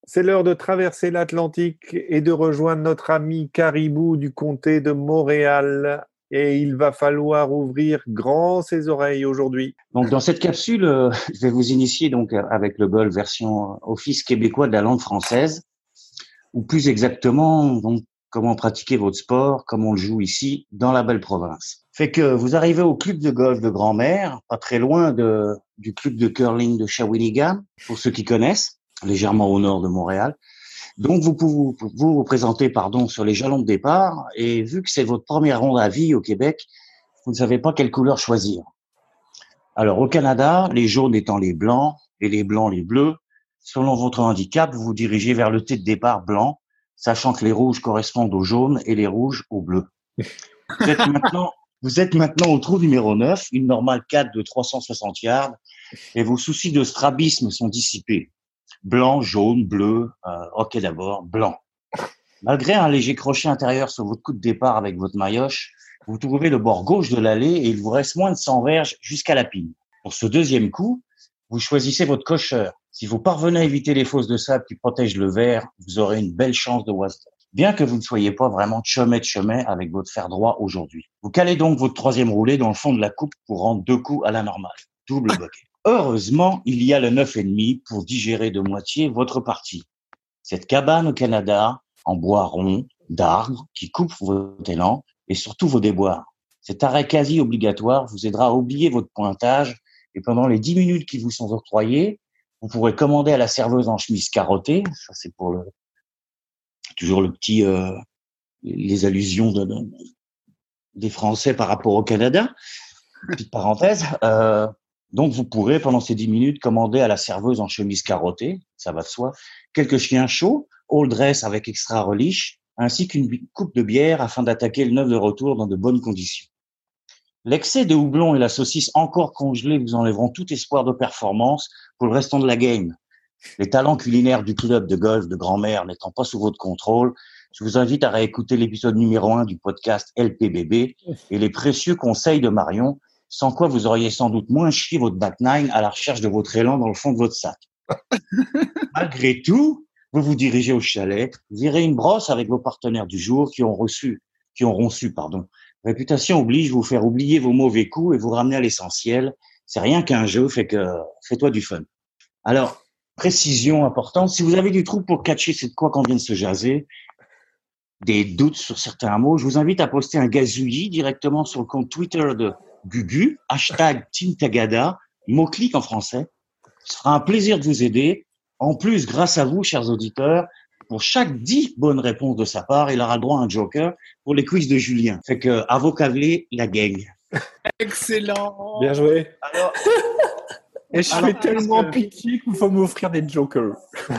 c'est l'heure de traverser l'Atlantique et de rejoindre notre ami Caribou du comté de Montréal. Et il va falloir ouvrir grand ses oreilles aujourd'hui. Donc, dans cette capsule, je vais vous initier donc avec le golf version office québécois de la langue française, ou plus exactement, donc, comment pratiquer votre sport, comme on le joue ici, dans la belle province. Fait que vous arrivez au club de golf de Grand-Mère, pas très loin du club de curling de Shawinigan, pour ceux qui connaissent, légèrement au nord de Montréal. Donc, vous pouvez vous présenter, sur les jalons de départ, et vu que c'est votre première ronde à vie au Québec, vous ne savez pas quelle couleur choisir. Alors, au Canada, les jaunes étant les blancs, et les blancs les bleus, selon votre handicap, vous vous dirigez vers le tee de départ blanc, sachant que les rouges correspondent aux jaunes et les rouges aux bleus. Vous êtes maintenant au trou numéro 9, une normale 4 de 360 yards, et vos soucis de strabisme sont dissipés. Blanc, jaune, bleu, ok d'abord, blanc. Malgré un léger crochet intérieur sur votre coup de départ avec votre maillotche, vous trouvez le bord gauche de l'allée et il vous reste moins de 100 verges jusqu'à la pine. Pour ce deuxième coup, vous choisissez votre cocheur. Si vous parvenez à éviter les fosses de sable qui protègent le verre, vous aurez une belle chance de Wasdale. Bien que vous ne soyez pas vraiment chemin avec votre fer droit aujourd'hui. Vous calez donc votre troisième roulé dans le fond de la coupe pour rendre 2 coups à la normale. Double bogey. Heureusement, il y a le 9,5 pour digérer de moitié votre partie. Cette cabane au Canada, en bois rond, d'arbres, qui coupe votre élan et surtout vos déboires. Cet arrêt quasi obligatoire vous aidera à oublier votre pointage et pendant les 10 minutes qui vous sont octroyées, vous pourrez commander à la serveuse en chemise carottée. Ça, c'est pour toujours le petit, les allusions des Français par rapport au Canada. Petite parenthèse. Donc, vous pourrez, pendant ces 10 minutes, commander à la serveuse en chemise carottée, ça va de soi, quelques chiens chauds, all dress avec extra relish, ainsi qu'une coupe de bière afin d'attaquer le 9 de retour dans de bonnes conditions. L'excès de houblon et la saucisse encore congelée vous enlèveront tout espoir de performance pour le restant de la game. Les talents culinaires du club de golf de Grand-Mère n'étant pas sous votre contrôle, je vous invite à réécouter l'épisode numéro 1 du podcast LPBB et les précieux conseils de Marion, sans quoi vous auriez sans doute moins chié votre back nine à la recherche de votre élan dans le fond de votre sac. Malgré tout, vous vous dirigez au chalet, virez une brosse avec vos partenaires du jour qui auront su. Réputation oblige vous faire oublier vos mauvais coups et vous ramener à l'essentiel. C'est rien qu'un jeu, fais-toi du fun. Alors, précision importante, si vous avez du trou pour catcher c'est de quoi qu'on vient de se jaser, des doutes sur certains mots, je vous invite à poster un gazouillis directement sur le compte Twitter de Gugu, #TeamTagada, mot-clic en français. Ce sera un plaisir de vous aider. En plus, grâce à vous, chers auditeurs, pour chaque 10 bonnes réponses de sa part, il aura le droit à un joker pour les quiz de Julien. Fait que, à vos câblés, la gang. Excellent. Bien joué. Et je fais tellement pitié qu'il faut m'offrir des jokers.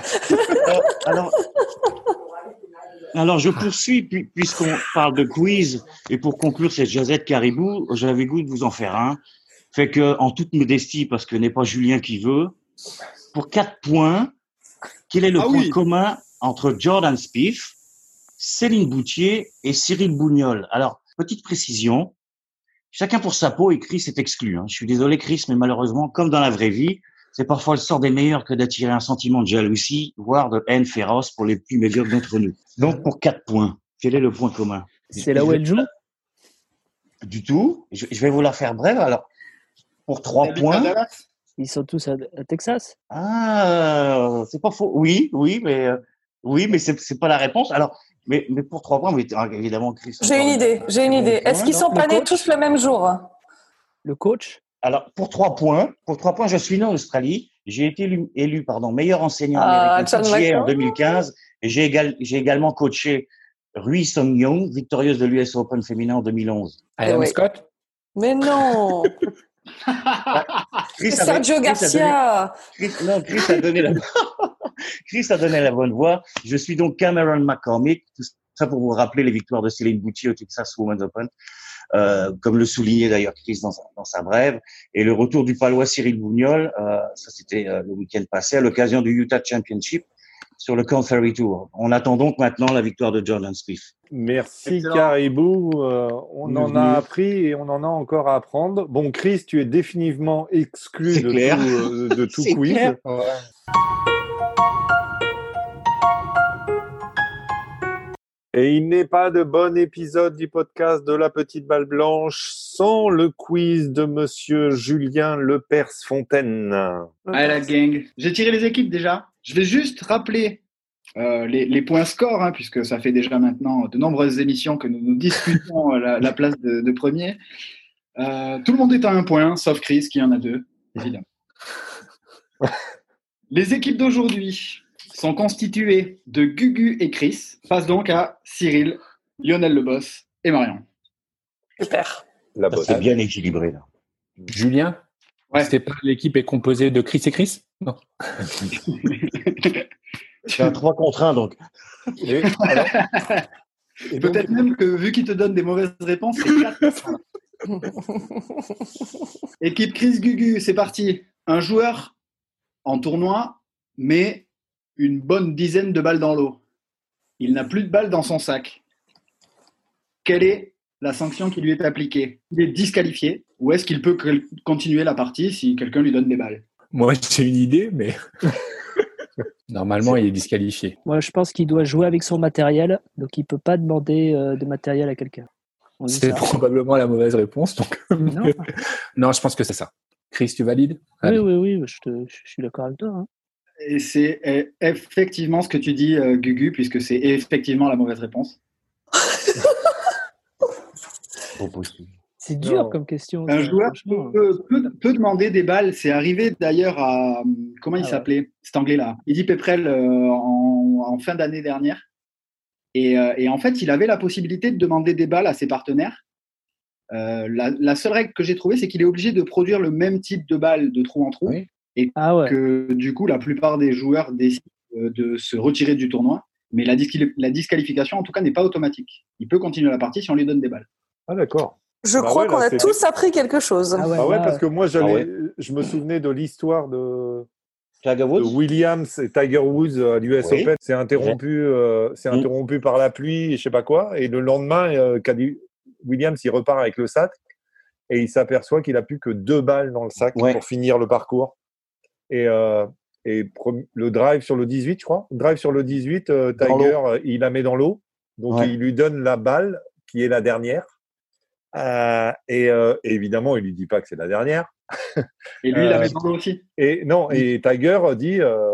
Alors, je poursuis, puisqu'on parle de quiz, et pour conclure cette jazette Caribou, j'avais goût de vous en faire un. Fait que, en toute modestie, parce que n'est pas Julien qui veut, pour 4 points, quel est le point commun entre Jordan Spieth, Céline Boutier et Cyril Bougnol? Alors, petite précision, chacun pour sa peau et Chris est exclu. Je suis désolé Chris, mais malheureusement, comme dans la vraie vie, c'est parfois le sort des meilleurs que d'attirer un sentiment de jalousie, voire de haine féroce pour les plus médiocres d'entre nous. Donc, pour 4 points, quel est le point commun? C'est là où elle joue? Du tout. Je vais vous la faire brève. Alors, pour 3 points... Ils sont tous à Texas? Ah, c'est pas faux. Oui, mais c'est pas la réponse. Alors, mais pour 3 points, évidemment, Chris. J'ai une idée. Est-ce qu'ils sont pas nés tous le même jour? Le coach? Alors, pour 3 points, je suis né en Australie. J'ai été élu meilleur enseignant américain PGA en 2015. Et j'ai également coaché Rui Song-Young, victorieuse de l'US Open féminin en 2011. Adam Scott? Mais non. C'est Sergio Garcia. Chris a donné la bonne voix. Je suis donc Cameron McCormick. Tout ça pour vous rappeler les victoires de Céline Boutier au Texas Women's Open. Comme le soulignait d'ailleurs Chris dans sa brève, et le retour du Palois Cyril Bougnol, ça c'était le week-end passé à l'occasion du Utah Championship sur le Corn Ferry Tour. On attend donc maintenant la victoire de Jordan Spieth. Merci excellent. Caribou, on en a appris et on en a encore à apprendre. Bon Chris, tu es définitivement exclu de tout quiz. Ouais. Et il n'est pas de bon épisode du podcast de la petite balle blanche sans le quiz de monsieur Julien Lepers-Fontaine. Allez la gang. J'ai tiré les équipes déjà. Je vais juste rappeler les points scores, hein, puisque ça fait déjà maintenant de nombreuses émissions que nous discutons la place de premier. Tout le monde est à 1 point, sauf Chris qui en a 2, évidemment. Les équipes d'aujourd'hui sont constituées de Gugu et Chris, face donc à Cyril, Lionel le boss et Marion. Super. La bosse. C'est bien équilibré, là. Julien, c'était pas l'équipe est composée de Chris et Chris? Non. C'est un 3 contre 1, donc. Et Peut-être même que, vu qu'il te donne des mauvaises réponses, c'est 4. Équipe Chris Gugu, c'est parti. Un joueur en tournoi, mais une bonne dizaine de balles dans l'eau. Il n'a plus de balles dans son sac. Quelle est la sanction qui lui est appliquée? Il est disqualifié ou est-ce qu'il peut continuer la partie si quelqu'un lui donne des balles? Moi, j'ai une idée, mais normalement, il est disqualifié. Moi, je pense qu'il doit jouer avec son matériel, donc il ne peut pas demander de matériel à quelqu'un. C'est probablement la mauvaise réponse. Donc... Non. Non, je pense que c'est ça. Chris, tu valides? Oui, je suis d'accord avec toi. Hein. Et c'est effectivement ce que tu dis, Gugu, puisque c'est effectivement la mauvaise réponse. C'est dur comme question. Un joueur peut demander des balles. C'est arrivé d'ailleurs à... Comment il s'appelait, cet anglais-là? Eddie Pepperell en fin d'année dernière. Et en fait, il avait la possibilité de demander des balles à ses partenaires. La seule règle que j'ai trouvée, c'est qu'il est obligé de produire le même type de balles de trou en trou. Oui. Et que du coup, la plupart des joueurs décident de se retirer du tournoi. Mais la disqualification, en tout cas, n'est pas automatique. Il peut continuer la partie si on lui donne des balles. Ah, d'accord. Je crois qu'on a tous appris quelque chose. Parce que moi, je me souvenais de l'histoire de Williams et Tiger Woods à l'US Open. C'est interrompu, interrompu par la pluie et je sais pas quoi. Et le lendemain, Williams, il repart avec le sac et il s'aperçoit qu'il a plus que 2 balles dans le sac pour finir le parcours. Et le drive sur le 18, je crois. Le drive sur le 18, Tiger, il la met dans l'eau. Donc, il lui donne la balle qui est la dernière. Et évidemment, il lui dit pas que c'est la dernière. Et lui, il la met dans l'eau aussi. Et Tiger dit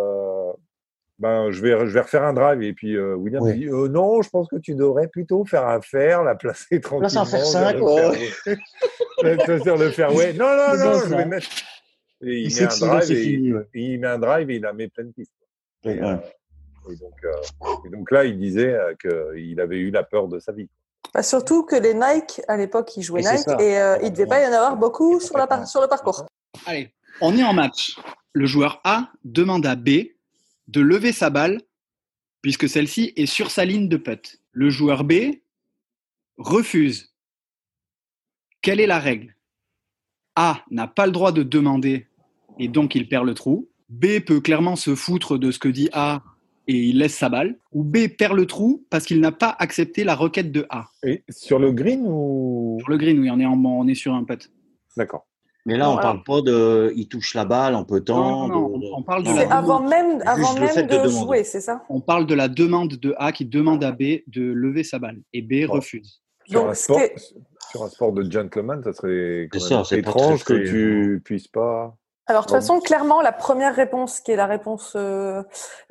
je vais refaire un drive. Et puis William dit non, je pense que tu devrais plutôt faire un fer, la placer tranquillement. Là, ça en faire 5. Sur le fairway. Non, je vais mettre. Et il met un drive et il la met pleine piste. Et donc là, il disait qu'il avait eu la peur de sa vie. Surtout que les Nike, à l'époque, ils jouaient Nike et il ne devait pas y en avoir beaucoup sur le parcours. Allez, on est en match. Le joueur A demande à B de lever sa balle puisque celle-ci est sur sa ligne de putt. Le joueur B refuse. Quelle est la règle? A n'a pas le droit de demander et donc il perd le trou. B peut clairement se foutre de ce que dit A et il laisse sa balle. Ou B perd le trou parce qu'il n'a pas accepté la requête de A. Et sur le green ou... Sur le green, oui, on est sur un putt. D'accord. Mais là, on parle pas de il touche la balle en petant. Non, on parle de c'est avant même de jouer, c'est ça? On parle de la demande de A qui demande à B de lever sa balle et B refuse. Sur un sport de gentleman, ça serait étrange que tu puisses pas... Alors, de toute façon, clairement, la première réponse, qui est la réponse joueur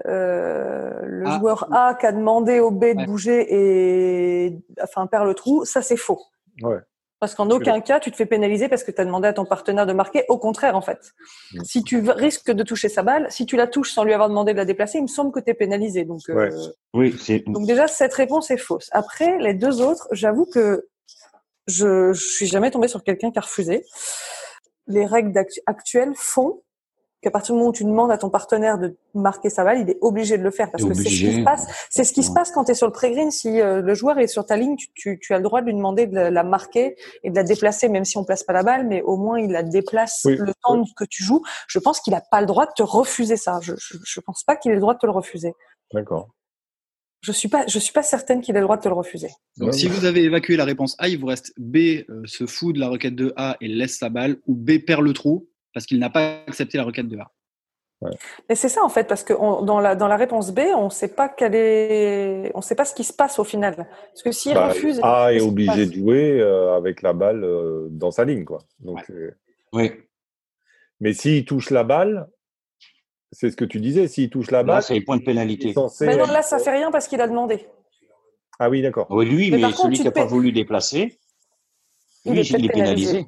A qui a demandé au B de bouger et perd le trou, ça, c'est faux. Ouais. Parce qu'en aucun cas, tu te fais pénaliser parce que tu as demandé à ton partenaire de marquer. Au contraire, en fait. Si tu risques de toucher sa balle, si tu la touches sans lui avoir demandé de la déplacer, il me semble que tu es pénalisé. Donc, donc déjà, cette réponse est fausse. Après, les deux autres, j'avoue que je suis jamais tombée sur quelqu'un qui a refusé. Les règles actuelles font qu'à partir du moment où tu demandes à ton partenaire de marquer sa balle, il est obligé de le faire parce que c'est ce qui se passe. C'est ce qui se passe quand tu es sur le pré-green. Si le joueur est sur ta ligne, tu as le droit de lui demander de la marquer et de la déplacer, même si on place pas la balle, mais au moins il la déplace le temps que tu joues. Je pense qu'il a pas le droit de te refuser ça. Je pense pas qu'il ait le droit de te le refuser. D'accord. Je suis pas certaine qu'il ait le droit de te le refuser. Donc, si vous avez évacué la réponse A, il vous reste B se fout de la requête de A et laisse sa balle, ou B perd le trou parce qu'il n'a pas accepté la requête de A. Ouais. Et c'est ça en fait, parce que dans la réponse B, on ne sait pas on sait pas ce qui se passe au final. Parce que s'il refuse, A est obligé de jouer avec la balle dans sa ligne, quoi. Donc, Oui. mais s'il touche la balle, c'est ce que tu disais, s'il touche la balle, là, c'est les points de pénalité. Mais non, là, ça fait rien parce qu'il a demandé. Ah oui, d'accord. Oui, lui, mais celui qui n'a pas voulu déplacer, lui, il est pénalisé.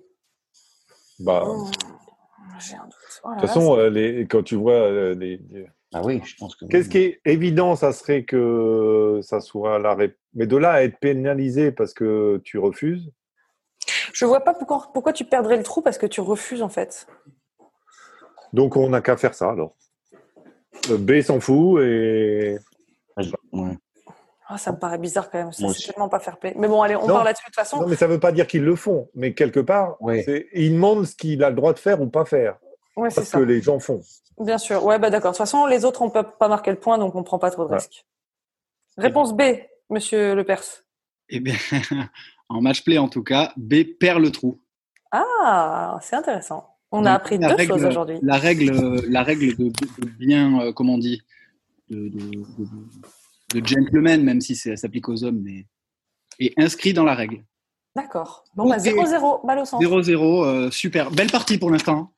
J'ai un doute. De toute façon, quand tu vois Ah oui, je pense que. Qu'est-ce qui est évident, ça serait que ça soit l'arrêt. Mais de là à être pénalisé parce que tu refuses. Je vois pas pourquoi tu perdrais le trou parce que tu refuses en fait. Donc on n'a qu'à faire ça alors. B s'en fout et. Ouais. Ça me paraît bizarre quand même. C'est tellement pas fair play. Mais bon, allez, on parle là-dessus de toute façon. Non, mais ça veut pas dire qu'ils le font. Mais quelque part, ils demandent ce qu'il a le droit de faire ou pas faire. Ouais, parce que les gens font. Bien sûr. Ouais, d'accord. De toute façon, les autres, on peut pas marquer le point, donc on prend pas trop de risques. Réponse B, monsieur Lepers. Eh bien, en match play en tout cas, B perd le trou. Ah, c'est intéressant. On a appris deux choses aujourd'hui. La règle de bien, comment on dit, de gentleman, même si ça s'applique aux hommes, mais est inscrit dans la règle. D'accord. Bon, 0-0, balle au centre. 0-0, super. Belle partie pour l'instant.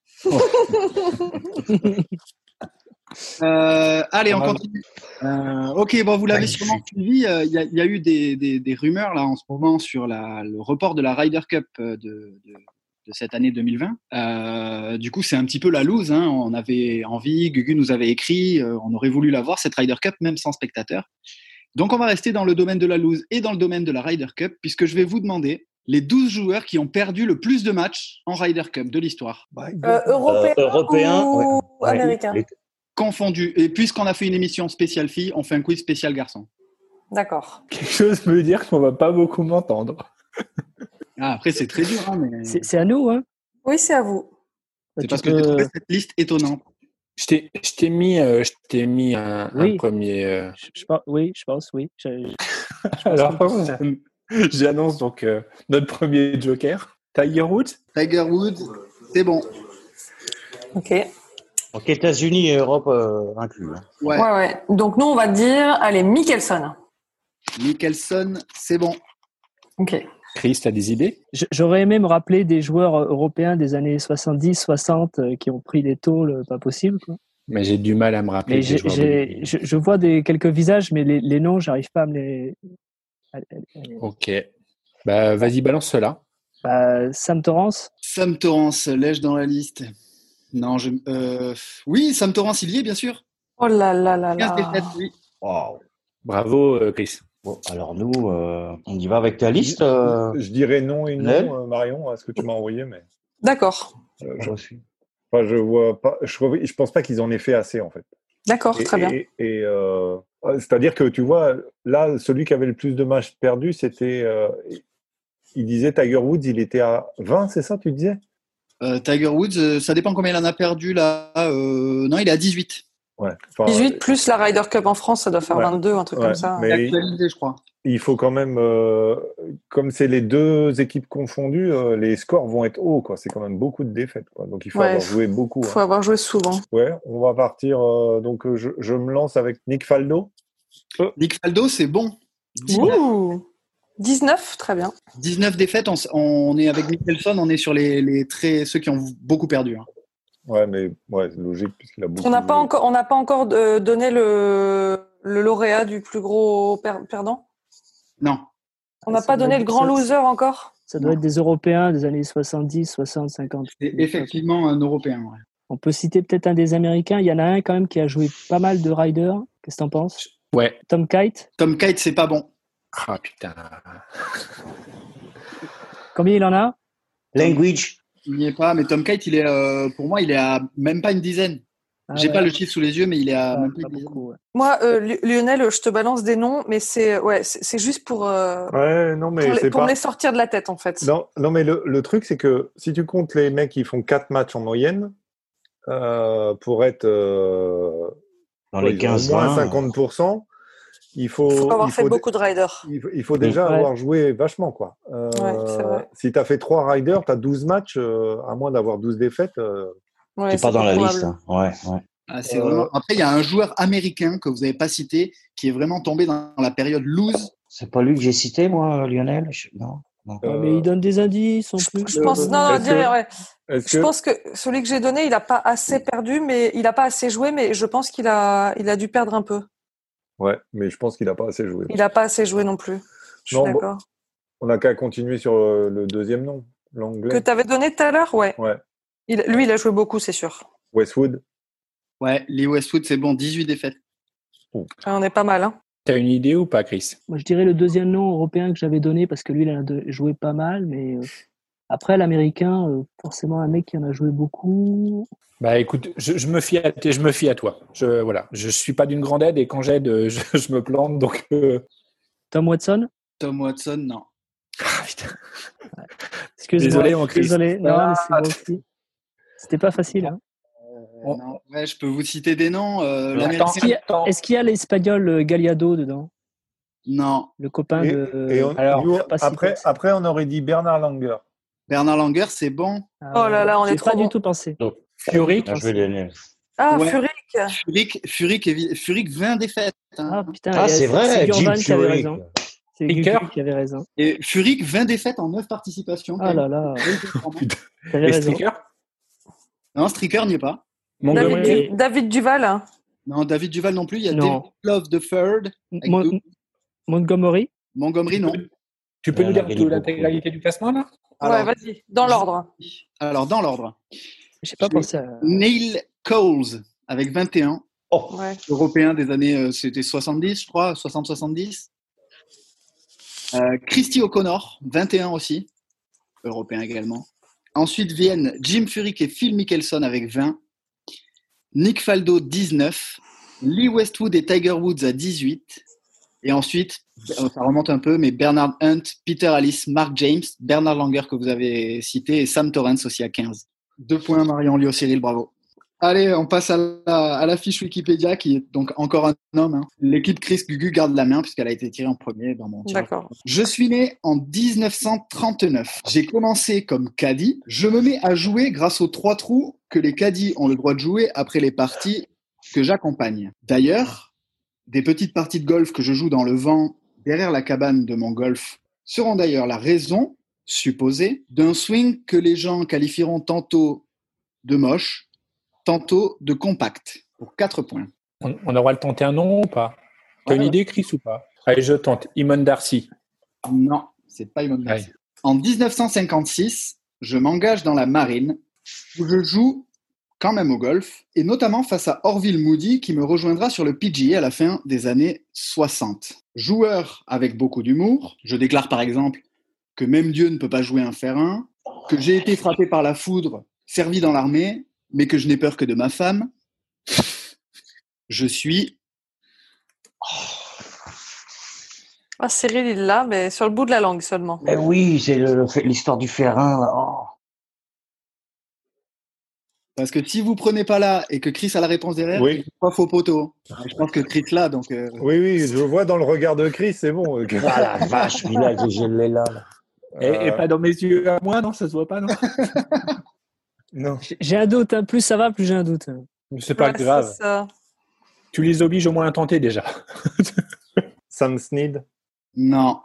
Allez, on continue. Ok, bon, vous l'avez sûrement suivi. Il y a eu des rumeurs là en ce moment sur le report de la Ryder Cup de cette année 2020. Du coup, c'est un petit peu la loose. Hein. On avait envie, Gugu nous avait écrit, on aurait voulu la voir, cette Ryder Cup, même sans spectateurs. Donc, on va rester dans le domaine de la loose et dans le domaine de la Ryder Cup, puisque je vais vous demander les 12 joueurs qui ont perdu le plus de matchs en Ryder Cup de l'histoire. Européens ou américains confondus. Et puisqu'on a fait une émission spéciale filles, on fait un quiz spécial garçon. D'accord. Quelque chose me dire qu'on va pas beaucoup m'entendre. Après, c'est très dur. Hein, mais... C'est à nous, hein? Oui, c'est à vous. C'est parce que j'ai trouvé cette liste étonnante. Je t'ai mis un premier. Je pense. Alors, j'annonce donc notre premier joker. Tiger Woods. Tiger Woods, c'est bon. Ok. Donc États-Unis et Europe inclus. Hein. Ouais. Donc nous, on va dire, allez, Mickelson. Mickelson, c'est bon. Ok. Chris, t'as des idées? J'aurais aimé me rappeler des joueurs européens des années 70-60 qui ont pris des tôles pas possibles. Quoi. Mais j'ai du mal à me rappeler. Je vois quelques visages, mais les noms, j'arrive pas à me les... Ok. Bah, vas-y, balance cela. Sam Torrance. Sam Torrance, l'ai-je dans la liste? Non, oui, Sam Torrance, il y est, bien sûr. Oh là là là 15 là. défaites, oui. Wow. Bravo, Chris. Bon, alors nous, on y va avec ta liste. Je dirais non et non, Marion, à ce que tu m'as envoyé, mais. D'accord. Je vois pas. Je pense pas qu'ils en aient fait assez en fait. D'accord, très bien. C'est-à-dire que tu vois, là, celui qui avait le plus de matchs perdus, c'était. Il disait Tiger Woods, il était à 20, c'est ça, tu disais? Tiger Woods, ça dépend combien il en a perdu là. Non, il est à 18. Ouais. 18 plus la Ryder Cup en France, ça doit faire 22, un truc comme ça. Mais actualisé, je crois. Il faut quand même, comme c'est les deux équipes confondues, les scores vont être hauts, quoi. C'est quand même beaucoup de défaites, quoi. Donc il faut avoir joué beaucoup. Il faut avoir joué souvent. Ouais, on va partir. Donc je me lance avec Nick Faldo. Nick Faldo, c'est bon. 19, très bien. 19 défaites, on est avec Mickelson, on est sur ceux qui ont beaucoup perdu. Hein. Ouais, mais c'est logique puisqu'il a beaucoup. On n'a pas encore donné le lauréat du plus gros perdant. Non. On n'a pas donné le grand loser encore. Ça doit être des Européens des années 70, 60, 50. C'est effectivement un Européen. Ouais. On peut citer peut-être un des Américains. Il y en a un quand même qui a joué pas mal de riders. Qu'est-ce que t'en penses? Ouais. Tom Kite. Tom Kite, c'est pas bon. Ah putain. Combien il en a? Language. Il n'y est pas, mais Tom Kite, pour moi, il est à même pas une dizaine. J'ai pas le chiffre sous les yeux, mais il est à même pas une dizaine. Beaucoup, ouais. Moi, Lionel, je te balance des noms, mais c'est juste pour me les sortir de la tête, en fait. Non, mais le truc, c'est que si tu comptes les mecs qui font 4 matchs en moyenne, pour être dans les 15 moins 50%, il faut avoir fait beaucoup de riders. Il faut déjà avoir joué vachement, quoi. C'est vrai. Si tu as fait 3 riders, tu as 12 matchs, à moins d'avoir 12 défaites. C'est pas dans la liste. Hein. Ouais. C'est vraiment... Après, il y a un joueur américain que vous n'avez pas cité qui est vraiment tombé dans la période loose. C'est pas lui que j'ai cité, moi, Lionel? Non. Mais il donne des indices en plus. Je pense, je pense que celui que j'ai donné, il n'a pas assez perdu, mais il n'a pas assez joué, mais je pense qu'il a dû perdre un peu. Ouais, mais je pense qu'il n'a pas assez joué. Il n'a pas assez joué non plus. Je suis d'accord. On n'a qu'à continuer sur le deuxième nom, l'anglais. Que tu avais donné tout à l'heure, ouais. Lui, il a joué beaucoup, c'est sûr. Westwood. Ouais, Lee Westwood, c'est bon, 18 défaites. On est pas mal, hein. T'as une idée ou pas, Chris? Moi, je dirais le deuxième nom européen que j'avais donné parce que lui, il a joué pas mal, mais après, l'américain, forcément, un mec qui en a joué beaucoup. Bah écoute, je me fie à toi. Je suis pas d'une grande aide et quand j'aide, je me plante. Donc Tom Watson? Tom Watson, non. Ah putain. Excuse-moi. Désolé, mon Chris. Désolé. Non, mais c'est bon aussi. C'était pas facile. Hein. Non. Ouais, je peux vous citer des noms. Est-ce qu'il y a l'espagnol Gallardo dedans? Non. Le copain après, on aurait dit Bernard Langer. Bernard Langer, c'est bon. Oh là là, on est trop pas du tout pensé. Furyk. Furyk, 20 défaites. Hein. Ah putain, c'est vrai, c'est Jim qui avait Furyk. raison. C'est Gugu qui avait raison. Et Furyk, 20 défaites en 9 participations. Ah là là. T'avais raison. Stricker? Non, Stricker n'y est pas. David Duval. Hein. Non, David Duval non plus. Il y a David Love the Third. Montgomery, non. Tu peux nous dire l'intégralité du classement, là? Alors, ouais, vas-y, dans l'ordre. Alors, dans l'ordre. Je n'ai pas pensé à... Neil Coles, avec 21. Européen des années, c'était 70, je crois, 60-70. Christy O'Connor, 21 aussi. Européen également. Ensuite viennent Jim Furyk et Phil Mickelson avec 20. Nick Faldo, 19. Lee Westwood et Tiger Woods à 18. Et ensuite, ça remonte un peu, mais Bernard Hunt, Peter Alliss, Mark James, Bernard Langer que vous avez cité et Sam Torrance aussi à 15. 2 points, Marion Lio, Cyril, bravo. Allez, on passe à la fiche Wikipédia qui est donc encore un homme. Hein. L'équipe Chris Gugu garde la main puisqu'elle a été tirée en premier dans mon tirage. D'accord. Je suis né en 1939. J'ai commencé comme caddie. Je me mets à jouer grâce aux 3 trous que les caddies ont le droit de jouer après les parties que j'accompagne. D'ailleurs, des petites parties de golf que je joue dans le vent derrière la cabane de mon golf seront d'ailleurs la raison supposée d'un swing que les gens qualifieront tantôt de moche, tantôt de compact, pour 4 points. On aura le tenter un nom ou pas? T'as une idée, Chris, ou pas? Allez, je tente. Eamon Darcy. Non, c'est pas Eamon Darcy. En 1956, je m'engage dans la marine où je joue quand même au golf, et notamment face à Orville Moody qui me rejoindra sur le PGA à la fin des années 60. Joueur avec beaucoup d'humour, je déclare par exemple que même Dieu ne peut pas jouer un fer 1, que j'ai été frappé par la foudre, servi dans l'armée, mais que je n'ai peur que de ma femme. Je suis... Ah, Cyril, il l'a, mais sur le bout de la langue seulement. Mais oui, c'est l'histoire du fer 1. Oh. Parce que si vous prenez pas là et que Chris a la réponse derrière, il n'est pas faux poteau. Je pense que Chris l'a, donc... Oui, je vois dans le regard de Chris, c'est bon. Ah la vache, Bilal, je l'ai là. Et pas dans mes yeux à moi, non? Ça se voit pas, non? Non. J'ai un doute, hein. Plus ça va, plus j'ai un doute. C'est pas grave. C'est ça. Tu les obliges au moins à tenter déjà. Sam Snead? Non.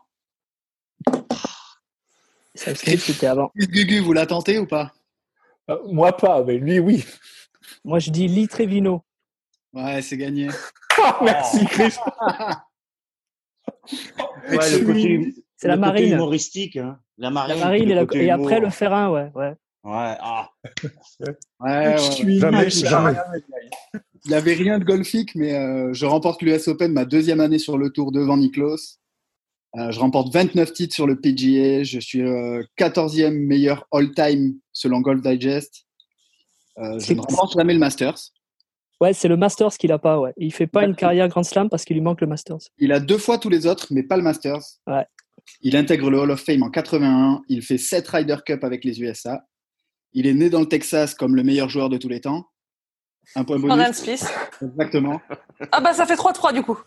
Sam Snead, c'était avant. Gugu, vous la tentez ou pas? Moi pas, mais lui oui. Moi je dis Lee Trevino. Ouais, c'est gagné. Merci Chris. Le côté, c'est la marine. Côté humoristique, hein. La marine et après le fer-1, ouais. Ouais. Jamais. Il n'y avait rien de golfique, mais je remporte l'US Open ma 2e année sur le tour devant Niklos. Je remporte 29 titres sur le PGA. Je suis 14e meilleur all-time selon Golf Digest. Je ne remporte jamais le Masters. Ouais, c'est le Masters qu'il n'a pas. Ouais. Il ne fait pas une carrière Grand Slam parce qu'il lui manque le Masters. Il a 2 fois tous les autres, mais pas le Masters. Ouais. Il intègre le Hall of Fame en 81. Il fait 7 Ryder Cup avec les USA. Il est né dans le Texas comme le meilleur joueur de tous les temps. Un point bonus. Jordan Spieth. Exactement. Ah bah ça fait 3-3 du coup.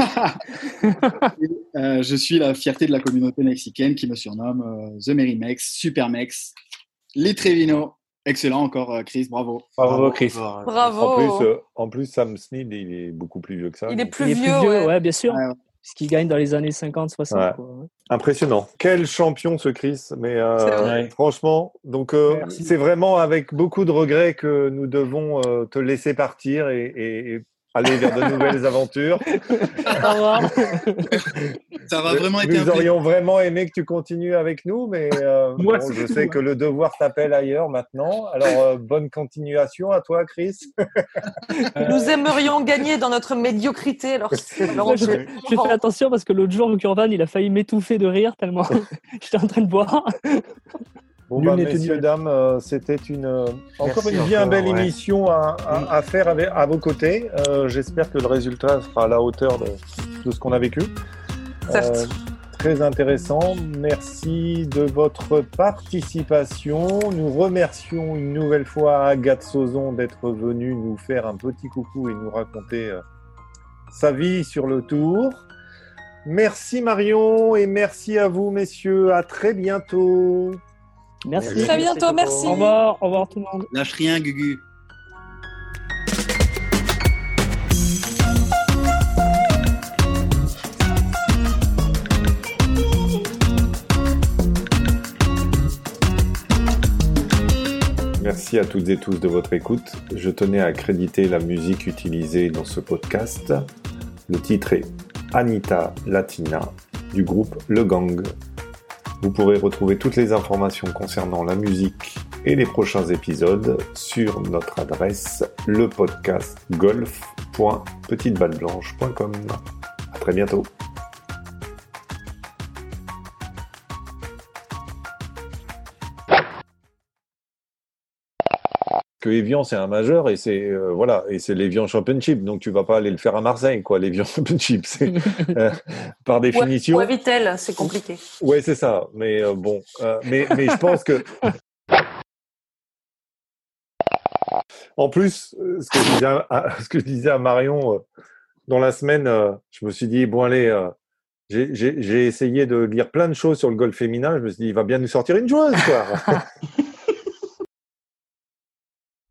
Je suis la fierté de la communauté mexicaine qui me surnomme The Merry Mex, Super Mex, Lee Trevino Excellent encore, Chris, bravo. Bravo, Chris. Bravo. En plus, Sam Snead, il est beaucoup plus vieux que ça. Il est donc. plus Il est vieux, plus vieux, ouais. ouais, bien sûr. Ouais. Parce qu'il gagne dans les années 50-60. Ouais. Quoi. Impressionnant. Quel champion ce Chris. Mais C'est vrai. franchement, donc Merci. c'est vraiment avec beaucoup de regrets que nous devons te laisser partir et aller vers de nouvelles aventures. Au revoir. Ça va vraiment été un Nous plaisir. aurions vraiment aimé que tu continues avec nous, mais Moi, bon, c'est je tout, sais hein. que le devoir t'appelle ailleurs maintenant. Alors, bonne continuation à toi, Chris. Nous aimerions gagner dans notre médiocrité. Alors, Moi, je fais attention parce que l'autre jour, Curvan, il a failli m'étouffer de rire tellement j'étais en train de boire. Bon, Nul n'est messieurs, tenu. dames, c'était encore Merci une bien encore, belle ouais. émission à faire à vos côtés. J'espère que le résultat sera à la hauteur de ce qu'on a vécu. Certes. Très intéressant. Merci de votre participation. Nous remercions une nouvelle fois Agathe Sauzon d'être venue nous faire un petit coucou et nous raconter sa vie sur le tour. Merci Marion et merci à vous messieurs. À très bientôt. Merci. Très bientôt, merci. Au revoir tout le monde. Lâche rien, Gugu. Merci à toutes et tous de votre écoute. Je tenais à accréditer la musique utilisée dans ce podcast. Le titre est Anita Latina du groupe Le Gang. Vous pourrez retrouver toutes les informations concernant la musique et les prochains épisodes sur notre adresse lepodcastgolf.petiteballeblanche.com. À très bientôt. Que Evian c'est un majeur et c'est voilà et c'est l'Evian Championship, donc tu vas pas aller le faire à Marseille quoi. L'Evian Championship c'est par définition. Ouais, Vitel, c'est compliqué. Ouais, c'est ça, mais bon, mais je pense que en plus ce que je disais à Marion dans la semaine, je me suis dit bon allez, j'ai essayé de lire plein de choses sur le golf féminin, je me suis dit il va bien nous sortir une joueuse quoi.